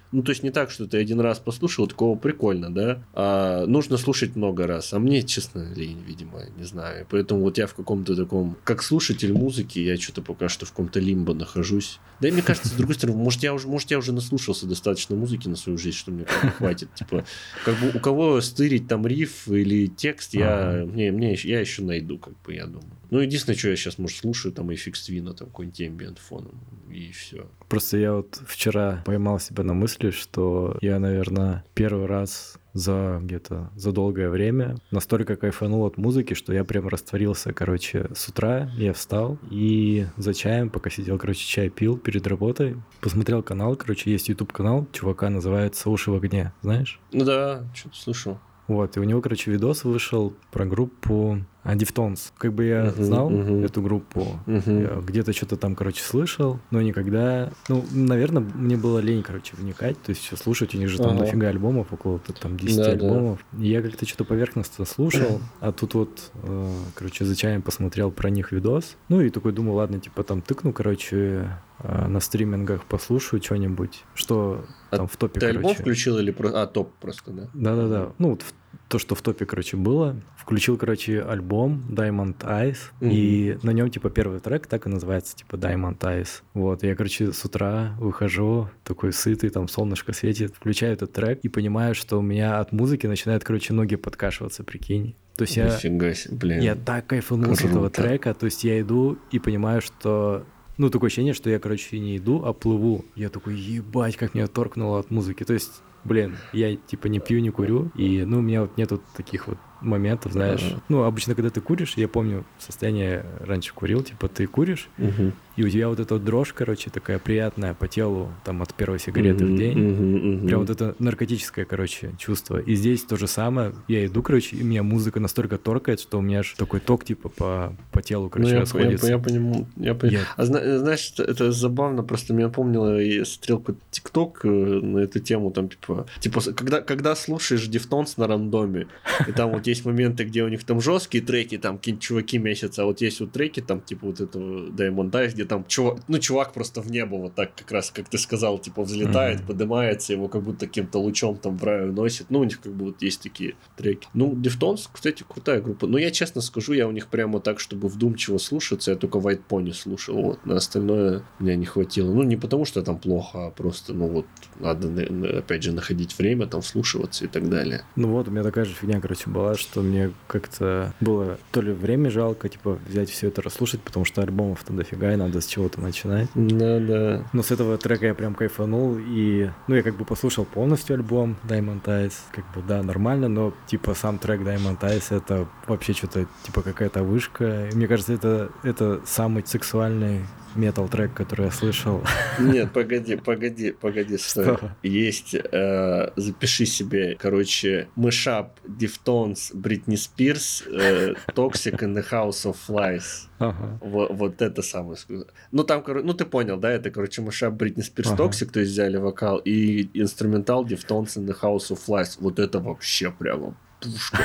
Ну, то есть не так, что ты один раз послушал, такого прикольно, да, а нужно слушать много раз. А мне, честно, лень, видимо, не знаю. Поэтому вот я в каком-то таком, как слушатель музыки, я что-то пока что в каком-то лимбо нахожусь. Да и мне кажется, с другой стороны, может, я уже, может, я уже наслушался достаточно музыки на свою жизнь, что мне как бы хватит. Типа, как бы у кого стырить там риф или текст, я, мне, мне, я еще найду, как бы, я думаю. Ну, единственное, что я сейчас, может, слушаю, там, Aphex Twin, там, какой-нибудь ambient фоном, и все. Просто я вот вчера поймал себя на мысли, что я, наверное, первый раз за где-то за долгое время настолько кайфанул от музыки, что я прям растворился, короче, с утра я встал и за чаем, пока сидел, короче, чай пил перед работой, посмотрел канал, короче, есть YouTube-канал, чувака называется «Уши в огне», знаешь? Ну да, что-то слышал. Вот, и у него, короче, видос вышел про группу Deftones. Как бы я uh-huh, знал uh-huh. эту группу, uh-huh. я где-то что-то там, короче, слышал, но никогда... Ну, наверное, мне было лень, короче, вникать, то есть все слушать, у них же там uh-huh. дофига альбомов, около там десять да, альбомов. Да. И я как-то что-то поверхностно слушал, а тут вот, э, короче, за чаем посмотрел про них видос, ну и такой думал, ладно, типа там тыкну, короче, э, на стримингах послушаю что-нибудь, что а там в топе, ты короче. альбом включил или просто... А, топ просто, да? Да-да-да, ну вот то, что в топе, короче, было. Включил, короче, альбом Diamond Eyes, mm-hmm. и на нем, типа, первый трек так и называется, типа, Diamond Eyes. Вот, я, короче, с утра выхожу, такой сытый, там солнышко светит, включаю этот трек и понимаю, что у меня от музыки начинают, короче, ноги подкашиваться, прикинь. То есть я, себе, блин. я так кайфанул с этого трека, то есть я иду и понимаю, что... Ну, такое ощущение, что я, короче, не иду, а плыву. Я такой, ебать, как меня торкнуло от музыки. То есть, блин, я, типа, не пью, не курю, и, ну, у меня вот нету таких вот моментов, знаешь. Uh-huh. Ну, обычно, когда ты куришь, я помню, состояние раньше курил, типа, ты куришь, uh-huh. и у тебя вот эта дрожь, короче, такая приятная по телу, там, от первой сигареты uh-huh. в день. Uh-huh. Uh-huh. Прям вот это наркотическое, короче, чувство. И здесь то же самое. Я иду, короче, и меня музыка настолько торкает, что у меня аж такой ток, типа, по, по телу, короче, ну, расходится. Я, я, я понимаю. Я пон... я... А знаешь, это забавно, просто меня помнило, я смотрел какой-то ТикТок на эту тему, там, типа, типа когда, когда слушаешь Deftones на рандоме, и там вот есть моменты, где у них там жесткие треки, там какие-нибудь чуваки месяца, а вот есть вот треки, там, типа, вот этого Diamond Eyes, где там чувак, ну, чувак просто в небо вот так, как раз, как ты сказал, типа, взлетает, mm-hmm. поднимается, его как будто каким-то лучом там в раю носит. Ну, у них как бы вот есть такие треки. Ну, Deftones, кстати, крутая группа. Но я честно скажу, я у них прямо так, чтобы вдумчиво слушаться, я только White Pony слушал. Вот. На остальное меня не хватило. Ну, не потому, что там плохо, а просто, ну, вот, надо, опять же, находить время, там, вслушиваться и так далее. Ну, вот, у меня такая же фигня, короче, была, что мне как-то было то ли время жалко, типа, взять все это расслушать, потому что альбомов-то дофига, и надо с чего-то начинать. Да-да. Но с этого трека я прям кайфанул, и, ну, я как бы послушал полностью альбом Diamond Eyes, как бы, да, нормально, но, типа, сам трек Diamond Eyes — это вообще что-то, типа, какая-то вышка. И мне кажется, это, это самый сексуальный метал-трек, который я слышал. Нет, погоди, погоди, погоди, стой. Есть, э, запиши себе, короче, мышап Deftones, Britney Spears, э, Toxic in the House of Flies. Ага. Вот, вот это самое. Ну, там, ну, ты понял, да, это, короче, мышап Britney Spears, ага. Toxic, то есть взяли вокал, и инструментал Deftones in the House of Flies. Вот это вообще прямо пушка.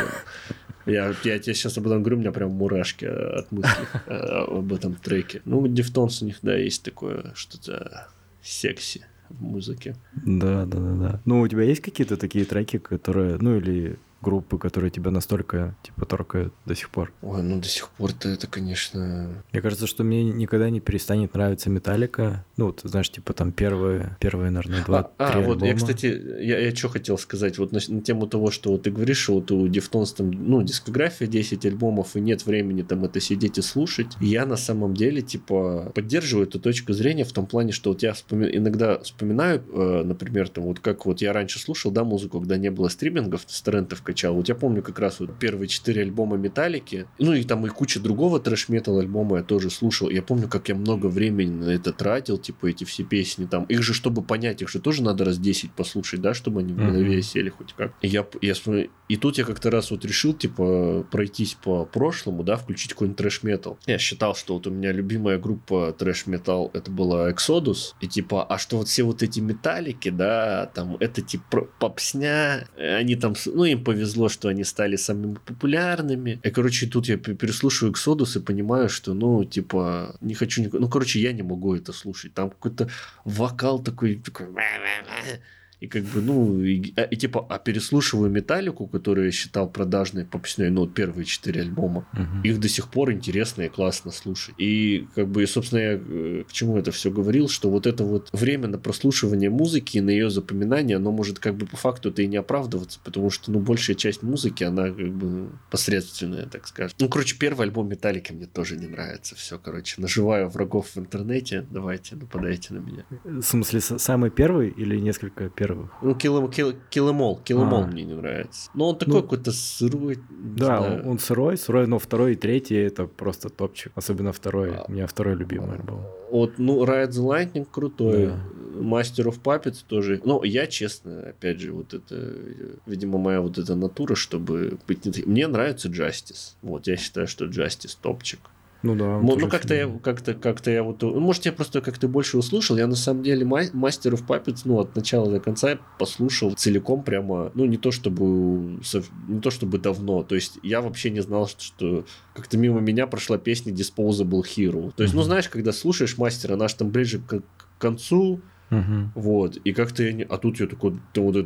Я, я тебе сейчас об этом говорю, у меня прям мурашки от мысли об этом треке. Ну, Deftones у них, да, есть такое что-то секси в музыке. Да, да, да, да. Ну, у тебя есть какие-то такие треки, которые, ну, или группы, которые тебя настолько, типа, торкают до сих пор? Ой, ну, до сих пор-то это, конечно... Мне кажется, что мне никогда не перестанет нравиться Металлика. Ну, вот, знаешь, типа, там первые, первые, наверное, два-три а, а, вот, альбома. я, кстати, я, я что хотел сказать, вот на, на тему того, что вот ты говоришь, что вот у Deftones там, ну, дискография, десять альбомов, и нет времени там это сидеть и слушать. Я на самом деле, типа, поддерживаю эту точку зрения в том плане, что вот я вспоми... иногда вспоминаю, э, например, там, вот как вот я раньше слушал, да, музыку, когда не было стримингов, с торрентов качал. Вот я помню как раз вот первые четыре альбома Металлики, ну и там и куча другого трэш-метал альбома я тоже слушал. Я помню, как я много времени на это тратил, типа эти все песни там. Их же, чтобы понять, их же тоже надо раз десять послушать, да, чтобы они в голове mm-hmm. сели хоть как. И я, я и тут я как-то раз вот решил, типа, пройтись по прошлому, да, включить какой-нибудь трэш-метал. Я считал, что вот у меня любимая группа трэш-метал это была Exodus. И типа, а что вот все вот эти Металлики, да, там, это типа попсня, они там, ну, им повезло, что они стали самыми популярными. И, короче, тут я переслушиваю Exodus и понимаю, что, ну, типа, не хочу... Ну, короче, я не могу это слушать. Там какой-то вокал такой... такой... И как бы, ну, и, а, и типа, а переслушиваю Металлику, которую я считал продажной попсной, ну, вот первые четыре альбома. Uh-huh. Их до сих пор интересно и классно слушать. И как бы, собственно, я к чему это все говорил, что вот это вот время на прослушивание музыки и на ее запоминание, оно может как бы по факту-то и не оправдываться, потому что, ну, большая часть музыки, она как бы посредственная, так скажем. Ну, короче, первый альбом Металлики мне тоже не нравится. Все, короче, наживаю врагов в интернете. Давайте, нападайте на меня. В смысле, самый первый или несколько первых? Ну, Kill, Kill, Kill Em All. Kill Em All мне не нравится. Но он такой ну, какой-то сырой. Да, он, он сырой, сырой, но второй и третий это просто топчик. Особенно второй. А, У меня второй любимый альбом. Вот, ну, Ride the Lightning крутой. Да. Master of Puppets тоже. Но я, честно, опять же, вот это, видимо, моя вот эта натура, чтобы быть... Мне нравится Justice. Вот, я считаю, что Justice топчик. Ну да. Ну, ну как-то я, как-то, как-то я вот... Может, я просто как-то больше услышал. Я, на самом деле, Master of Puppets, ну, от начала до конца послушал целиком прямо... Ну, не то чтобы... Не то чтобы давно. То есть, я вообще не знал, что, что как-то мимо меня прошла песня Disposable Hero. То есть, mm-hmm. ну, знаешь, когда слушаешь Мастера, она же там ближе к, к концу... Uh-huh. Вот, и как-то я не... А тут я такой... Вот,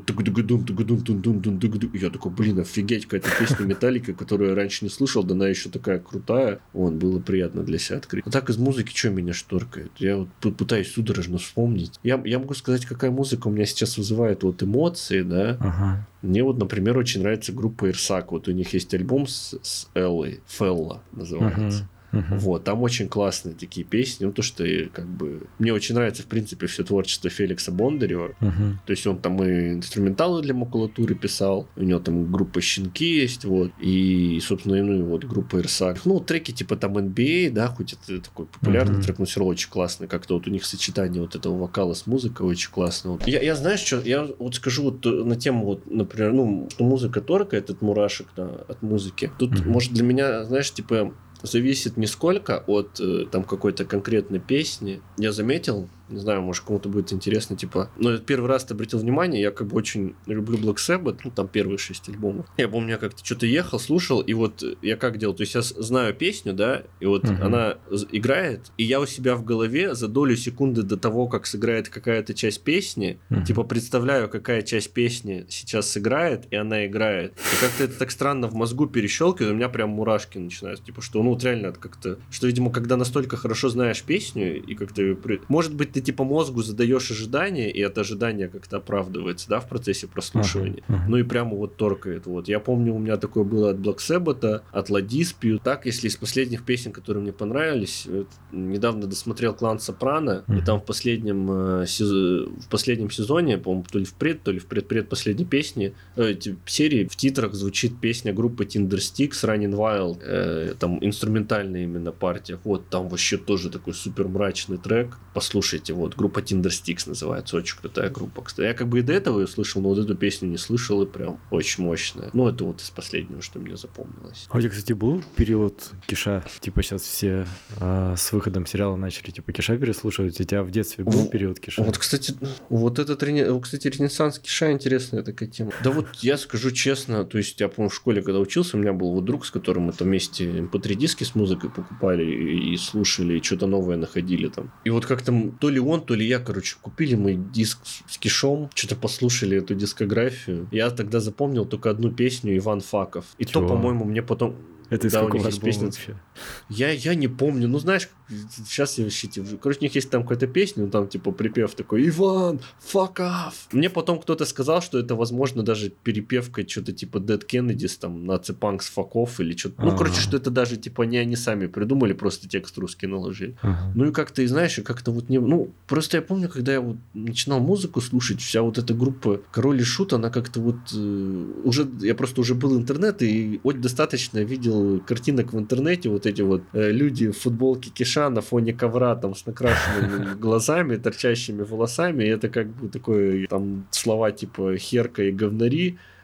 я такой, блин, офигеть, какая-то песня Металлики, которую я раньше не слышал, да она еще такая крутая. Вот, было приятно для себя открыть. А так из музыки что меня шторкает? Я вот пытаюсь судорожно вспомнить. Я, я могу сказать, какая музыка у меня сейчас вызывает вот эмоции, да? Uh-huh. Мне вот, например, очень нравится группа Ирсак. Вот у них есть альбом с, с Эллой, Фелла называется. Uh-huh. Uh-huh. Вот, там очень классные такие песни, ну, то, что как бы... Мне очень нравится, в принципе, все творчество Феликса Бондарева. Uh-huh. То есть, он там и инструменталы для макулатуры писал, у него там группа «Щенки» есть, вот, и, собственно, ну, и вот группа «Ирсак». Ну, треки типа там эн би эй, да, хоть это такой популярный uh-huh. трек, но все равно очень классный, как-то вот у них сочетание вот этого вокала с музыкой очень классно. Вот. Я, я, знаешь, что, я вот скажу вот на тему, вот, например, ну, что музыка торкает от мурашек, да, от музыки. Тут, uh-huh. может, для меня, знаешь, типа... зависит не сколько от э, там какой-то конкретной песни. Я заметил, не знаю, может, кому-то будет интересно, типа... Ну, первый раз ты обратил внимание, я как бы очень люблю Black Sabbath, ну, там первые шесть альбомов. Я помню, я как-то что-то ехал, слушал, и вот я как делал? То есть я знаю песню, да, и вот uh-huh. она играет, и я у себя в голове за долю секунды до того, как сыграет какая-то часть песни, uh-huh. типа представляю, какая часть песни сейчас сыграет, и она играет. И как-то это так странно в мозгу перещелкивает, у меня прям мурашки начинаются. Типа, что, ну, вот реально как-то... Что, видимо, когда настолько хорошо знаешь песню, и как-то... Может быть, ты типа мозгу задаешь ожидания, и это ожидание как-то оправдывается, да, в процессе прослушивания. Uh-huh, uh-huh. Ну и прямо вот торкает. Вот. Я помню, у меня такое было от Black Sabbath, от La Dispute. Так, если из последних песен, которые мне понравились, недавно досмотрел «Клан Сопрано», uh-huh. и там в последнем, э, сез... в последнем сезоне, по-моему, то ли в пред, то ли в предпредпоследней песне, э, серии в титрах звучит песня группы Tindersticks Running Wild. Э, там инструментальная именно партия. Вот, там вообще тоже такой супер мрачный трек. Послушайте, вот, группа Tindersticks называется, очень крутая группа, кстати. Я как бы и до этого ее слышал, но вот эту песню не слышал, и прям очень мощная. Ну, это вот из последнего, что мне запомнилось. А у тебя, кстати, был период Киша? Типа сейчас все а, с выходом сериала начали типа Киша переслушивать. У тебя в детстве был вот, период Киша? Вот, кстати, вот этот, кстати, ренессанс Киша интересная такая тема. Да вот я скажу честно, то есть я, помню, в школе, когда учился, у меня был вот друг, с которым мы там вместе эм пэ три диски с музыкой покупали и слушали, и что-то новое находили там. И вот как-то то ли он, то ли я, короче, купили мы диск с Кишом, что-то послушали эту дискографию. Я тогда запомнил только одну песню «Иван Факов». И Чего? То, по-моему, мне потом... Это из да, какого у них есть песня вообще? Я, я не помню. Ну, знаешь, сейчас я вообще... Короче, у них есть там какая-то песня, ну, там, типа, припев такой «Иван, fuck off!» Мне потом кто-то сказал, что это, возможно, даже перепевка что-то типа Dead Kennedys, там, Nazi Punks, fuck off или что-то. Ну, короче, что это даже, типа, не они сами придумали, просто текст русский наложили. Ага. Ну, и как-то, и знаешь, и как-то вот не... Ну, просто я помню, когда я вот начинал музыку слушать, вся вот эта группа Король и Шут, она как-то вот... Э, уже... Я просто уже был интернет, и очень достаточно видел картинок в интернете, вот эти вот э, люди в футболке Киша на фоне ковра там с накрашенными глазами, торчащими волосами, и это как бы такое, там слова типа «херка» и «говнари»,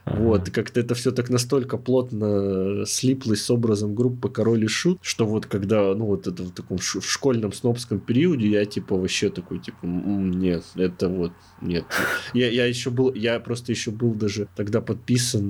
Ага. Вот, и как-то это все так настолько плотно слиплось с образом группы Король и Шут, что вот когда, ну, вот это в таком ш- в школьном снобском периоде я, типа, вообще такой, типа, м-м, нет, это вот, нет. Я, я еще был, я просто еще был даже тогда подписан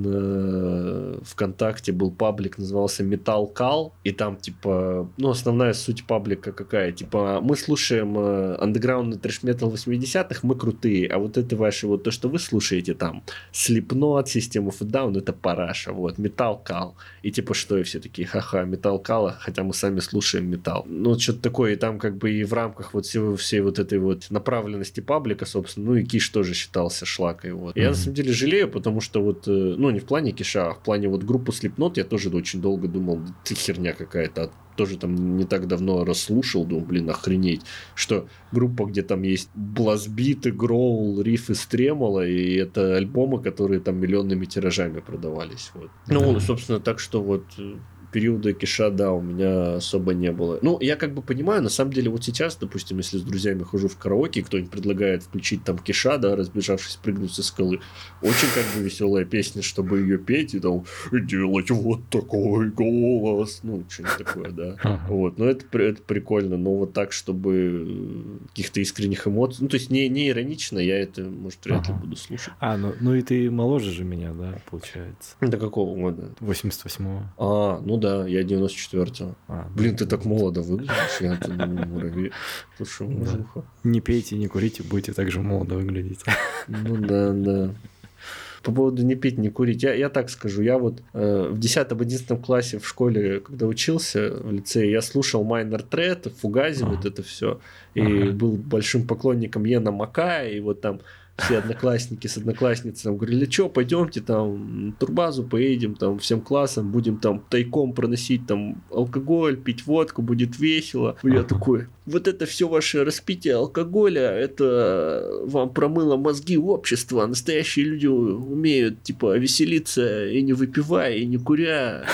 э, ВКонтакте, был паблик, назывался Metal Call, и там, типа, ну, основная суть паблика какая, типа, мы слушаем э, андеграундный трэш-метал восьмидесятых, мы крутые, а вот это ваше, вот то, что вы слушаете там, Slipknot, System of a Down, это параша, вот, Metal Call. И типа что, и все такие, ха-ха, Metal Call, хотя мы сами слушаем металл. Ну, что-то такое, и там как бы и в рамках вот всего, всей вот этой вот направленности паблика, собственно, ну и Киш тоже считался шлакой, вот. Mm-hmm. Я на самом деле жалею, потому что вот, ну, не в плане Киша, а в плане вот группы Slipknot я тоже очень долго думал, ты херня какая-то, тоже там не так давно расслушал, думаю, блин, охренеть, что группа, где там есть бластбиты, гроул, рифы с тремоло, и это альбомы, которые там миллионными тиражами продавались. Вот. Ну, собственно, так что вот периода Киша, да, у меня особо не было. Ну, я как бы понимаю, на самом деле, вот сейчас, допустим, если с друзьями хожу в караоке, кто-нибудь предлагает включить там Киша, да, разбежавшись, прыгнуть со скалы, очень как бы веселая песня, чтобы ее петь и там делать вот такой голос, ну, что-нибудь такое, да. Uh-huh. Вот, но это, это прикольно, но вот так, чтобы каких-то искренних эмоций, ну, то есть не, не иронично, я это, может, вряд ли uh-huh. буду слушать. А, ну, ну и ты моложе же меня, да, получается? До какого года? восемьдесят восьмого. А, ну да. Да, я девяносто четвёртого. А, Блин, ну, ты так молодо выглядишь, я тут думаю, муравей. Слушай, мужуха. Не пейте, не курите, будете так же молодо выглядеть. Ну да, да. По поводу не пить, не курить, я, я так скажу, я вот э, в десятом-одиннадцатом классе в школе, когда учился в лицее, я слушал Майнер Тред, Фугази, ага. вот это все, и ага. был большим поклонником Йена Макая, и вот там все одноклассники с одноклассницами говорили, что, пойдемте там на турбазу поедем там всем классом, будем там тайком проносить там алкоголь, пить водку, будет весело. Я такой, вот это все ваше распитие алкоголя, это вам промыло мозги общества, настоящие люди умеют типа веселиться и не выпивая, и не куря.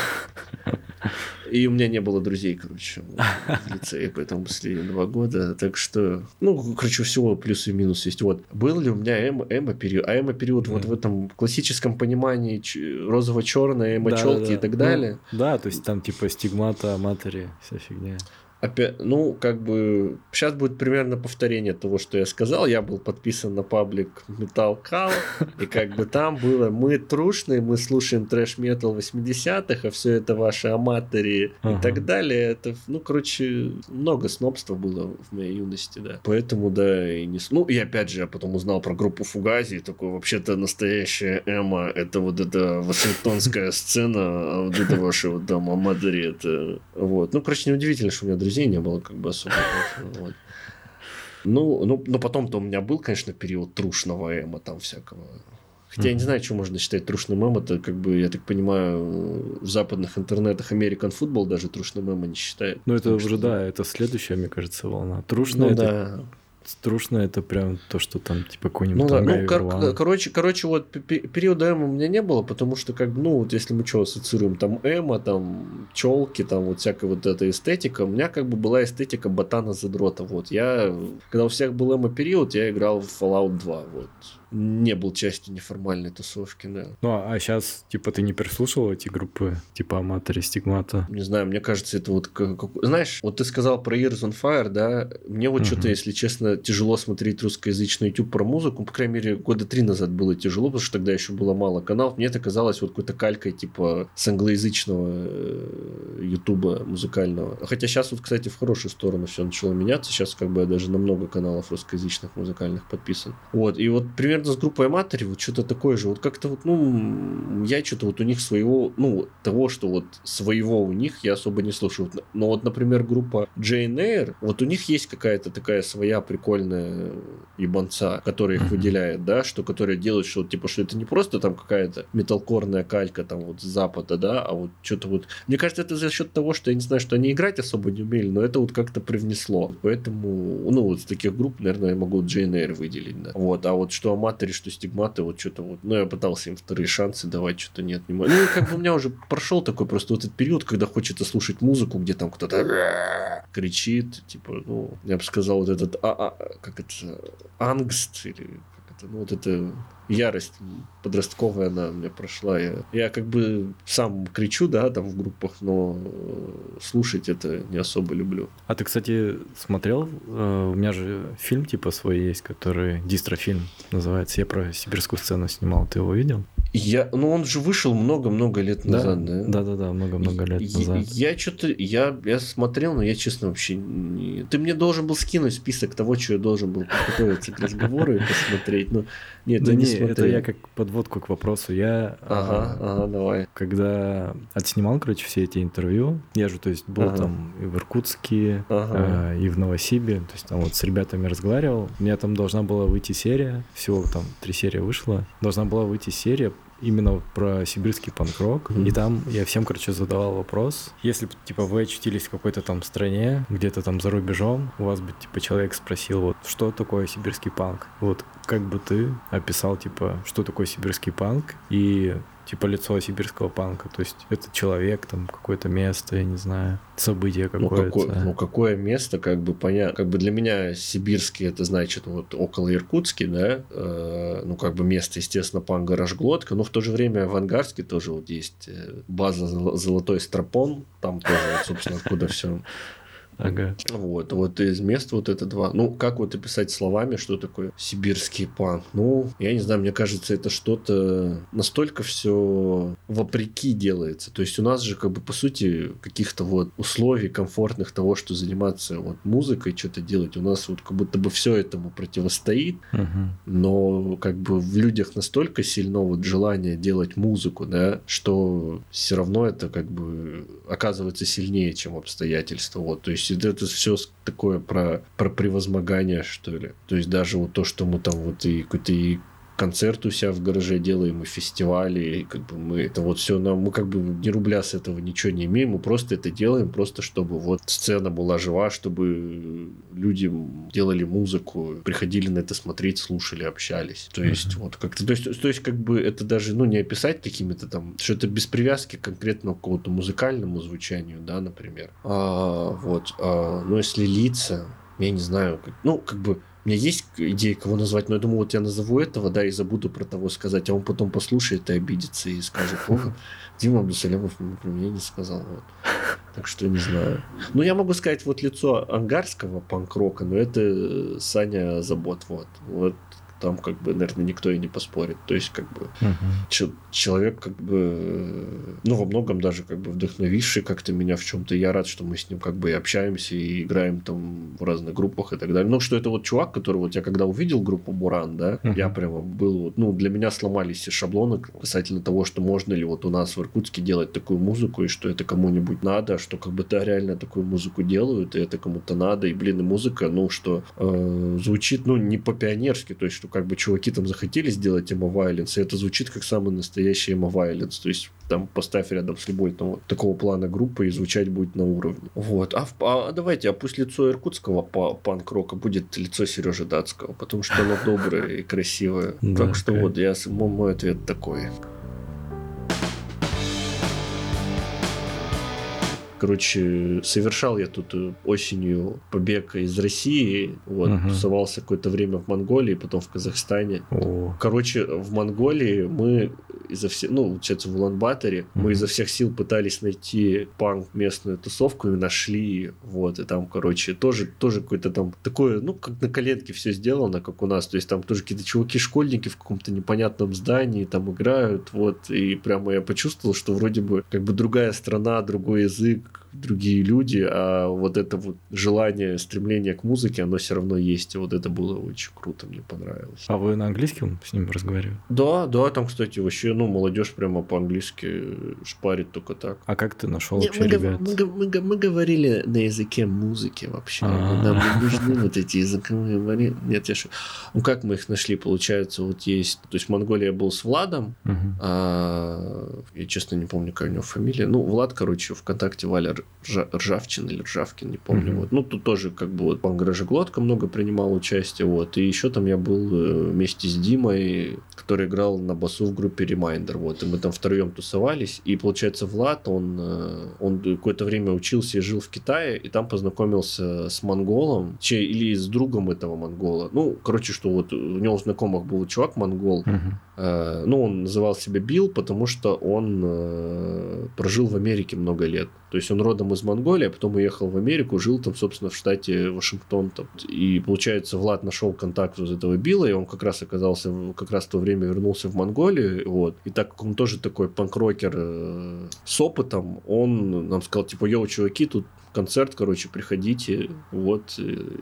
И у меня не было друзей, короче, в лицее, поэтому последние два года. Так что, ну, короче, всего плюсы и минусы есть. Вот, был ли у меня эмо, эмо период, а эмо период да. вот в этом классическом понимании розово-черное, эмо-челки да, да, да. и так далее. Ну, да, то есть там типа стигмата, матери, вся фигня. Опять, ну, как бы, сейчас будет примерно повторение того, что я сказал. Я был подписан на паблик Metal Call, и как бы там было, мы трушные, мы слушаем трэш-метал восьмидесятых, а все это ваши аматори ага. и так далее. Это, ну, короче, много снобства было в моей юности, да. Поэтому, да, и не... Ну, и опять же, я потом узнал про группу Фугази, и такой, вообще-то настоящая эмо, это вот эта вашингтонская сцена, а вот это ваши вот там аматори, это... Вот. Ну, короче, неудивительно, что у меня друзья не было как бы особо. Вот. Ну, ну, но потом-то у меня был, конечно, период трушного эмо там всякого. Хотя mm-hmm. я не знаю, что можно считать трушным эмо. Это, как бы, я так понимаю, в западных интернетах American Football даже трушным эмо не считает. Ну, это уже, что... да, это следующая, мне кажется, волна. Трушная ну, это... да. Трушно это прям то, что там типа какой-нибудь ну, там да, ну, кор- короче, короче, вот периода эмо у меня не было, потому что как бы, ну, вот если мы что ассоциируем, там эмо, там челки, там вот всякая вот эта эстетика, у меня как бы была эстетика ботана-задрота, вот. Я, когда у всех был эмо-период, я играл в Fallout два, вот. Не был частью неформальной тусовки, да. Ну, а сейчас, типа, ты не переслушал эти группы, типа Аматори, Стигмата? Не знаю, мне кажется, это вот... Как... Знаешь, вот ты сказал про Ears on Fire, да? Мне вот uh-huh. что-то, если честно, тяжело смотреть русскоязычный YouTube про музыку. По крайней мере, года три назад было тяжело, потому что тогда еще было мало каналов. Мне это казалось вот какой-то калькой, типа, с англоязычного Ютуба музыкального. Хотя сейчас вот, кстати, в хорошую сторону все начало меняться. Сейчас как бы я даже на много каналов русскоязычных музыкальных подписан. Вот. И вот примерно с группой Аматори вот что-то такое же. Вот как-то вот, ну, я что-то вот у них своего, ну, того, что вот своего у них я особо не слушаю. Но вот, например, группа Jane Eyre, вот у них есть какая-то такая своя прикольная ебанца, которая их выделяет, да, что, которая делает, что, типа, что это не просто там какая-то металкорная калька там вот с запада, да, а вот что-то вот... Мне кажется, это за счет того, что я не знаю, что они играть особо не умели, но это вот как-то привнесло. Поэтому, ну, вот с таких групп, наверное, я могу Jane Eyre выделить, да. Вот, а вот что Аматори, что Стигматы, вот что-то вот... Ну, я пытался им вторые шансы давать, что-то нет, не могу. Ну, как бы у меня уже прошел такой просто вот этот период, когда хочется слушать музыку, где там кто-то кричит, типа, ну, я бы сказал, вот этот, а, а, как это, ангст, или как как-то. Ну, вот это ярость подростковая, она у меня прошла. Я, я как бы сам кричу, да, там в группах, но слушать это не особо люблю. А ты, кстати, смотрел? У меня же фильм типа свой есть, который дистрофильм называется. Я про сибирскую сцену снимал. Ты его видел? Я, ну, он же вышел много-много лет назад, да? Да-да-да, много-много лет я, назад. Я что-то, я, я смотрел, но я, честно, вообще не... Ты мне должен был скинуть список того, что я должен был подготовиться к разговору и посмотреть, но нет, да я не не, смотрел. это я как подводку к вопросу. Я, ага, а, ага, давай. Когда отснимал, короче, все эти интервью, я же, то есть, был ага. там и в Иркутске, ага. э, и в Новосибе, то есть, там вот с ребятами разговаривал. У меня там должна была выйти серия, всего там три серии вышло, должна была выйти серия именно про сибирский панк-рок. Mm-hmm. И там я всем, короче, задавал вопрос. Если бы, типа, вы очутились в какой-то там стране, где-то там за рубежом, у вас бы, типа, человек спросил, вот, что такое сибирский панк? Вот, как бы ты описал, типа, что такое сибирский панк и, типа, лицо сибирского панка? То есть это человек, там, какое-то место, я не знаю, событие какое-то. Ну, какое, ну, какое место, как бы понятно. Как бы для меня сибирский, это значит вот около Иркутский, да, э, ну, как бы место, естественно, панк Рожглотка, но в то же время в Ангарске тоже вот есть база Золотой Стропон, там тоже, вот, собственно, откуда все. Ага. Вот, вот из мест вот это два. Ну, как вот описать словами, что такое сибирский панк? Ну, я не знаю, мне кажется, это что-то настолько все вопреки делается. То есть у нас же, как бы, по сути, каких-то вот условий комфортных того, что заниматься вот музыкой, что-то делать, у нас вот как будто бы все этому противостоит, угу. но как бы в людях настолько сильно вот желание делать музыку, да, что все равно это как бы оказывается сильнее, чем обстоятельства. Вот, то есть это все такое про, про превозмогание, что ли. То есть даже вот то, что мы там вот и какой-то и концерт у себя в гараже делаем, и фестивали, и как бы мы это вот все, нам, мы как бы ни рубля с этого ничего не имеем, мы просто это делаем, просто чтобы вот сцена была жива, чтобы люди делали музыку, приходили на это смотреть, слушали, общались. То есть uh-huh. вот как-то, то есть, то есть как бы это даже, ну, не описать какими-то там, что это без привязки к конкретно какому-то музыкальному звучанию, да, например. А, вот, а, но если лица, я не знаю, как, ну, как бы у меня есть идея, кого назвать, но я думаю, вот я назову этого, да, и забуду про того сказать, а он потом послушает и обидится, и скажет, о, Дима Абдусалямов про меня не сказал. Вот. Так что не знаю. Ну, я могу сказать вот лицо ангарского панк-рока, но это Саня Забот, вот. Вот. Там, как бы, наверное, никто и не поспорит. То есть, как бы, uh-huh. ч- человек, как бы, ну, во многом даже, как бы, вдохновивший как-то меня в чем-то. Я рад, что мы с ним, как бы, и общаемся, и играем там в разных группах и так далее. Ну, что это вот чувак, который, вот я когда увидел группу Буран, да, uh-huh. я прямо был, ну, для меня сломались все шаблоны касательно того, что можно ли вот у нас в Иркутске делать такую музыку, и что это кому-нибудь надо, что, как бы, да, реально такую музыку делают, и это кому-то надо, и, блин, и музыка, ну, что э, звучит, ну, не по-пионерски, то есть, что как бы чуваки там захотели сделать Emo Violence, и это звучит как самый настоящий Emo Violence. То есть там поставь рядом с любой там, вот, такого плана группы, и звучать будет на уровне. Вот. А, а давайте, а пусть лицо иркутского панк-рока будет лицо Сережи Датского, потому что оно доброе и красивое. Так что вот, я, мой ответ такой. Короче, совершал я тут осенью побег из России, вот, uh-huh. тусовался какое-то время в Монголии, потом в Казахстане. Oh. Короче, в Монголии мы изо всех, ну, получается, в Улан-Баторе, uh-huh. мы изо всех сил пытались найти панк местную тусовку и нашли, вот, и там, короче, тоже, тоже какое-то там такое, ну, как на коленке все сделано, как у нас, то есть там тоже какие-то чуваки-школьники в каком-то непонятном здании там играют, вот, и прямо я почувствовал, что вроде бы как бы другая страна, другой язык, другие люди, а вот это вот желание, стремление к музыке, оно все равно есть, и вот это было очень круто, мне понравилось. А вы на английском с ним разговаривали? Да, да, там, кстати, вообще, ну, молодежь прямо по-английски шпарит только так. А как ты нашел Не, вообще мы, ребят? Мы, мы, мы, мы говорили на языке музыки вообще. А-а-а. Нам не нужны вот эти языковые варианты. Нет, я ш... Ну, как мы их нашли? Получается, вот есть... То есть, в Монголии я был с Владом. Uh-huh. А... Я, честно, не помню, какая у него фамилия. Ну, Влад, короче, ВКонтакте Валя Ржа, Ржавчин или Ржавкин, не помню. Mm-hmm. Вот. Ну, тут тоже как бы вот Панк-гараже Глотка много принимал участие. Вот. И еще там я был вместе с Димой, который играл на басу в группе Reminder. Вот. И мы там втроем тусовались. И, получается, Влад, он, он какое-то время учился и жил в Китае, и там познакомился с монголом, че, или с другом этого монгола. Ну, короче, что вот у него в знакомых был чувак монгол. Mm-hmm. Э, ну, он называл себя Билл, потому что он э, прожил в Америке много лет. То есть он родом из Монголии, а потом уехал в Америку, жил там, собственно, в штате Вашингтон. Там. И, получается, Влад нашел контакт вот этого Билла, и он как раз оказался, как раз в то время вернулся в Монголию. Вот. И так как он тоже такой панк-рокер э, с опытом, он нам сказал, типа, йоу, чуваки, тут концерт, короче, приходите. Вот.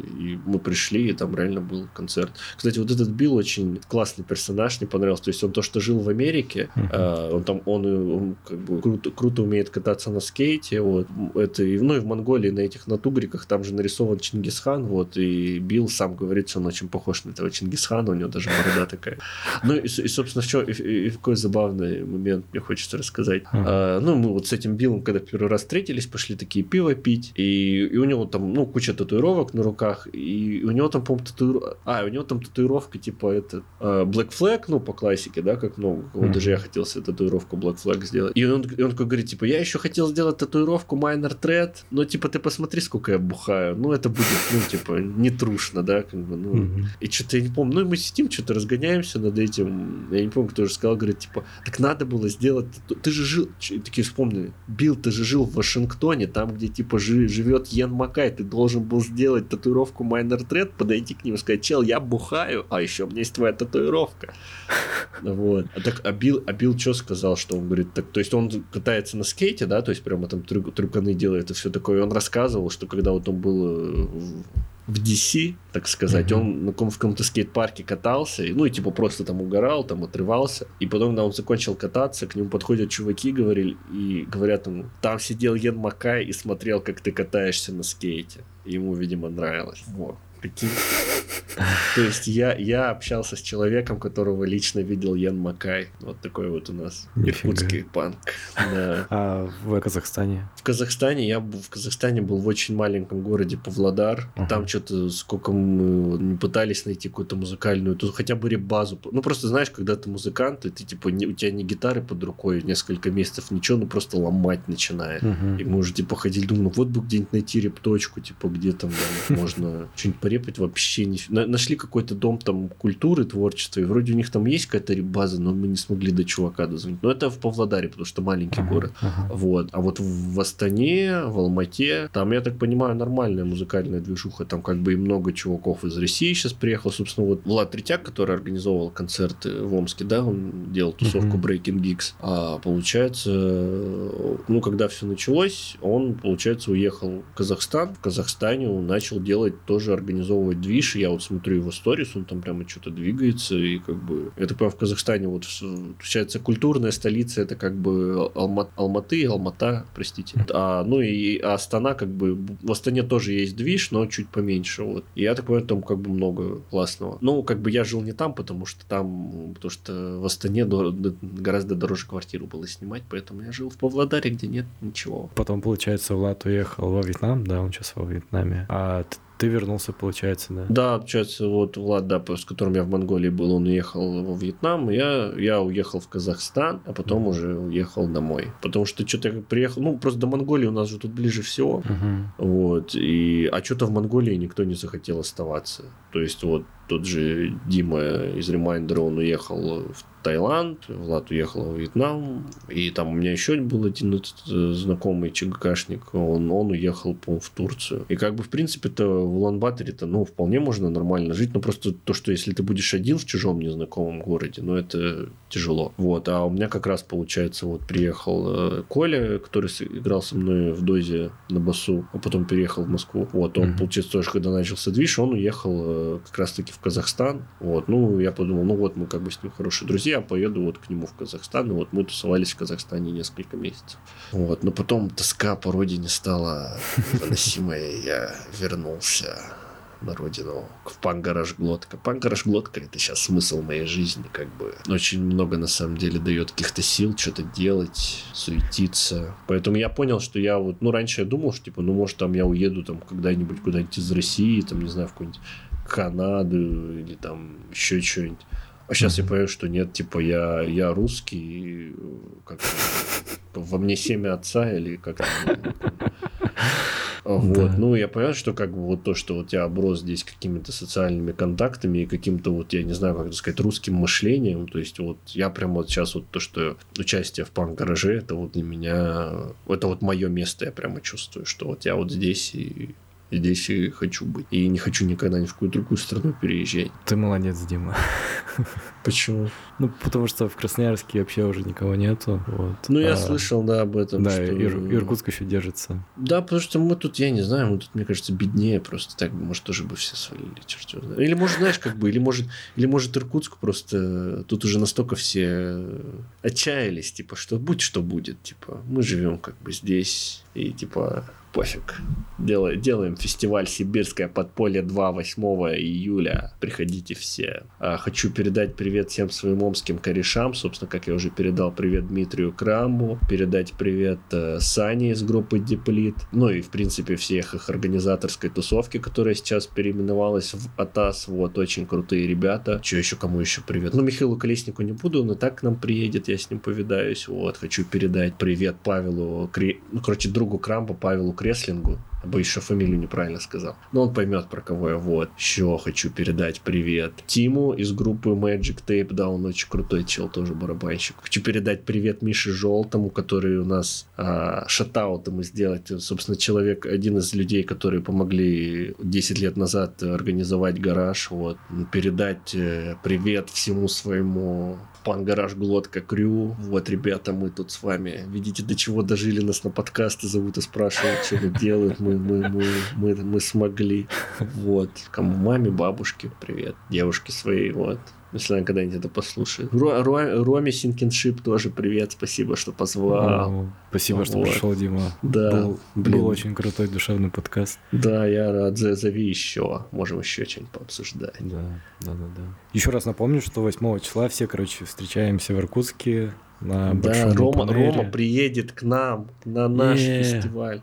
И мы пришли, и там реально был концерт. Кстати, вот этот Билл очень классный персонаж, мне понравился. То есть он то, что жил в Америке, uh-huh. э, он там, он, он как бы круто, круто умеет кататься на скейте. Вот. Это, ну и в Монголии на этих натугриках там же нарисован Чингисхан. Вот. И Билл сам говорит, что он очень похож на этого Чингисхана. У него даже борода такая. Ну и, и собственно, что, и, и какой забавный момент мне хочется рассказать. Uh-huh. А, ну, мы вот с этим Биллом, когда первый раз встретились, пошли такие пиво пить. И, и у него там, ну, куча татуировок на руках. И у него там, по-моему, татуировка... А, у него там татуировка, типа, это... Black Flag, ну, по классике, да, как много. Mm-hmm. Даже я хотел себе татуировку Black Flag сделать. И он, и он такой говорит, типа, я еще хотел сделать татуировку Minor Threat, но, типа, ты посмотри, сколько я бухаю. Ну, это будет, ну, типа, не трушно, да, как бы, ну. Mm-hmm. И что-то я не помню. Ну, и мы сидим, что-то разгоняемся над этим. Я не помню, кто же сказал, говорит, типа, так надо было сделать... Ты же жил... И такие вспомнили. Билл, ты же жил в Вашингтоне, там, где, типа, живет Йен Маккай, ты должен был сделать татуировку Minor Threat, подойти к нему и сказать, чел, я бухаю, а еще у меня есть твоя татуировка. Вот. А так, а Билл, а Билл что сказал, что он говорит, так, то есть он катается на скейте, да, то есть прямо там трю, трюканы делает и все такое, и он рассказывал, что когда вот он был в в ди си, так сказать, mm-hmm. он на ком- в каком-то скейт-парке катался, и, ну и типа просто там угорал, там отрывался, и потом, когда он закончил кататься, к нему подходят чуваки, говорили, и говорят ему, там сидел Йен Маккай и смотрел, как ты катаешься на скейте. И ему, видимо, нравилось. Вот. Прикинь. То есть я, я общался с человеком, которого лично видел Йен Маккай. Вот такой вот у нас иркутский панк. Да. А в Казахстане? В Казахстане я в Казахстане был в очень маленьком городе Павлодар. Uh-huh. Там что-то, сколько мы не пытались найти какую-то музыкальную, тут хотя бы реп-базу. Ну, просто знаешь, когда ты музыкант, и ты типа не, у тебя не гитары под рукой несколько месяцев, ничего, ну просто ломать начинает. Uh-huh. И мы уже типа ходили, думаю, ну вот бы где-нибудь найти репточку, типа где там да, можно что-нибудь порепать, вообще не... Нашли какой-то дом там культуры, творчества, и вроде у них там есть какая-то реп-база, но мы не смогли до чувака дозвонить. Но это в Павлодаре, потому что маленький uh-huh. город. Uh-huh. Вот. А вот в Астане, в Алмате, там, я так понимаю, нормальная музыкальная движуха, там как бы и много чуваков из России сейчас приехал, собственно, вот Влад Третьяк, который организовывал концерты в Омске, да, он делал тусовку uh-huh. Breaking Geeks, а получается, ну, когда все началось, он, получается, уехал в Казахстан, в Казахстане он начал делать, тоже организовывать движ, и я вот смотрю его сторис, он там прямо что-то двигается, и как бы, я так понимаю, в Казахстане вот, получается, культурная столица, это как бы Алма, Алматы, Алмата, простите, а, ну и Астана, как бы, в Астане тоже есть движ, но чуть поменьше, вот. И я так понимаю, там как бы много классного. Ну, как бы я жил не там, потому что там, потому что в Астане до, до, гораздо дороже квартиру было снимать, поэтому я жил в Павлодаре, где нет ничего. Потом, получается, Влад уехал во Вьетнам, да, он сейчас во Вьетнаме, а ты вернулся, получается, да? Да, получается, вот Влад, да, с которым я в Монголии был, он уехал во Вьетнам, я, я уехал в Казахстан, а потом mm-hmm. уже уехал домой. Потому что что-то я приехал, ну, просто до Монголии у нас же тут ближе всего. Mm-hmm. Вот, и, а что-то в Монголии никто не захотел оставаться. То есть, вот, тот же Дима из Reminder, он уехал в Таиланд, Влад уехал в Вьетнам, и там у меня еще был один этот знакомый ЧГКшник, он, он уехал, по-моему, в Турцию. И как бы, в принципе-то, в Улан-Баторе-то, ну, вполне можно нормально жить, но просто то, что если ты будешь один в чужом незнакомом городе, ну, это тяжело. Вот, а у меня как раз, получается, вот приехал Коля, который играл со мной в Дозе на басу, а потом переехал в Москву. Вот, он, mm-hmm. получается, тоже, когда начался движ, он уехал как раз-таки в Казахстан. Вот, ну, я подумал, ну, вот мы как бы с ним хорошие друзья, я поеду вот к нему в Казахстан, и вот мы тусовались в Казахстане несколько месяцев. Вот, но потом тоска по родине стала невыносимой, я вернулся на родину, в панк-гараж Глотка. Панк-гараж Глотка — это сейчас смысл моей жизни, как бы. Очень много, на самом деле, дает каких-то сил что-то делать, суетиться. Поэтому я понял, что я вот, ну, раньше я думал, что, типа, ну, может, там я уеду там когда-нибудь куда-нибудь из России, там, не знаю, в какую-нибудь Канаду или там еще что-нибудь. А сейчас mm-hmm. я понимаю, что нет, типа, я, я русский, как во мне семя отца или как-то. Вот. Да. Ну, я понимаю, что как бы вот то, что вот я оброс здесь какими-то социальными контактами и каким-то вот, я не знаю, как это сказать, русским мышлением, то есть вот я прям вот сейчас вот то, что участие в панк-гараже, это вот для меня, это вот мое место, я прямо чувствую, что вот я вот здесь и здесь и хочу быть. И не хочу никогда ни в какую другую страну переезжать. Ты молодец, Дима. Почему? Ну, потому что в Красноярске вообще уже никого нету. Вот. Ну, я а, слышал, да, об этом. Да, что... Ир- Иркутск еще держится. Да, потому что мы тут, я не знаю, мы тут, мне кажется, беднее просто. Так бы, может, тоже бы все свалили. Черт его знает. Или, может, знаешь, как бы, или, может, или, может, Иркутск просто... Тут уже настолько все отчаялись, типа, что будь что будет. Типа, мы живем как бы здесь и, типа... Пофиг. Делаем, делаем фестиваль «Сибирское подполье два восьмого июля. Приходите все. А, хочу передать привет всем своим омским корешам. Собственно, как я уже передал привет Дмитрию Крамбу. Передать привет э, Сане из группы Деплит. Ну и, в принципе, всех их организаторской тусовки, которая сейчас переименовалась в АТАС. Вот, очень крутые ребята. Че еще, кому еще привет? Ну, Михаилу Колеснику не буду, он и так к нам приедет, я с ним повидаюсь. Вот, хочу передать привет Павелу, Кре... ну, короче, другу Крамба, Павелу Креслингу, бы еще фамилию неправильно сказал. Но он поймет, про кого я. Вот. Еще хочу передать привет Тиму из группы Magic Tape. Да, он очень крутой чел, тоже барабанщик. Хочу передать привет Мише Желтому, который у нас а, шатаут ему сделать. Собственно, человек, один из людей, которые помогли десять лет назад организовать гараж. Вот. Передать э, привет всему своему панк-гараж Глотка Крю. Вот, ребята, мы тут с вами. Видите, до чего дожили, нас на подкасты зовут и спрашивают, что мы делаем. Мы, мы, мы, мы, мы смогли. Вот. Кому? Маме, бабушке привет. Девушке своей, вот. Если она когда-нибудь это послушает. Ро- Ро- Роме Синкиншип тоже привет. Спасибо, что позвал. О, спасибо, вот. Что пришел, Дима. Да. Был, был очень крутой душевный подкаст. Да, я рад. Зови еще. Можем еще что-нибудь пообсуждать. Да, да, да, да. Еще раз напомню, что восьмого числа все, короче, встречаемся в Иркутске на большом Да, Рома, панере. Рома приедет к нам на наш е фестиваль.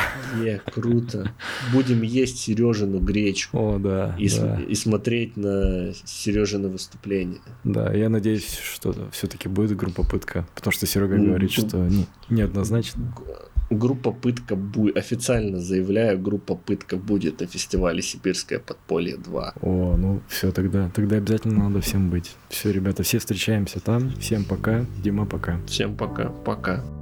Е, круто. Будем есть Сережину гречку. О, да, и, да. и смотреть на Сережины выступление. Да, я надеюсь, что все-таки будет группа «Пытка», потому что Серега говорит, что не, неоднозначно. Группа «Пытка» будет, официально заявляю, группа «Пытка» будет на фестивале «Сибирское подполье два». О, ну все, тогда, тогда обязательно надо всем быть. Все, ребята, все встречаемся там. Всем пока. Дима, пока. Всем пока. Пока.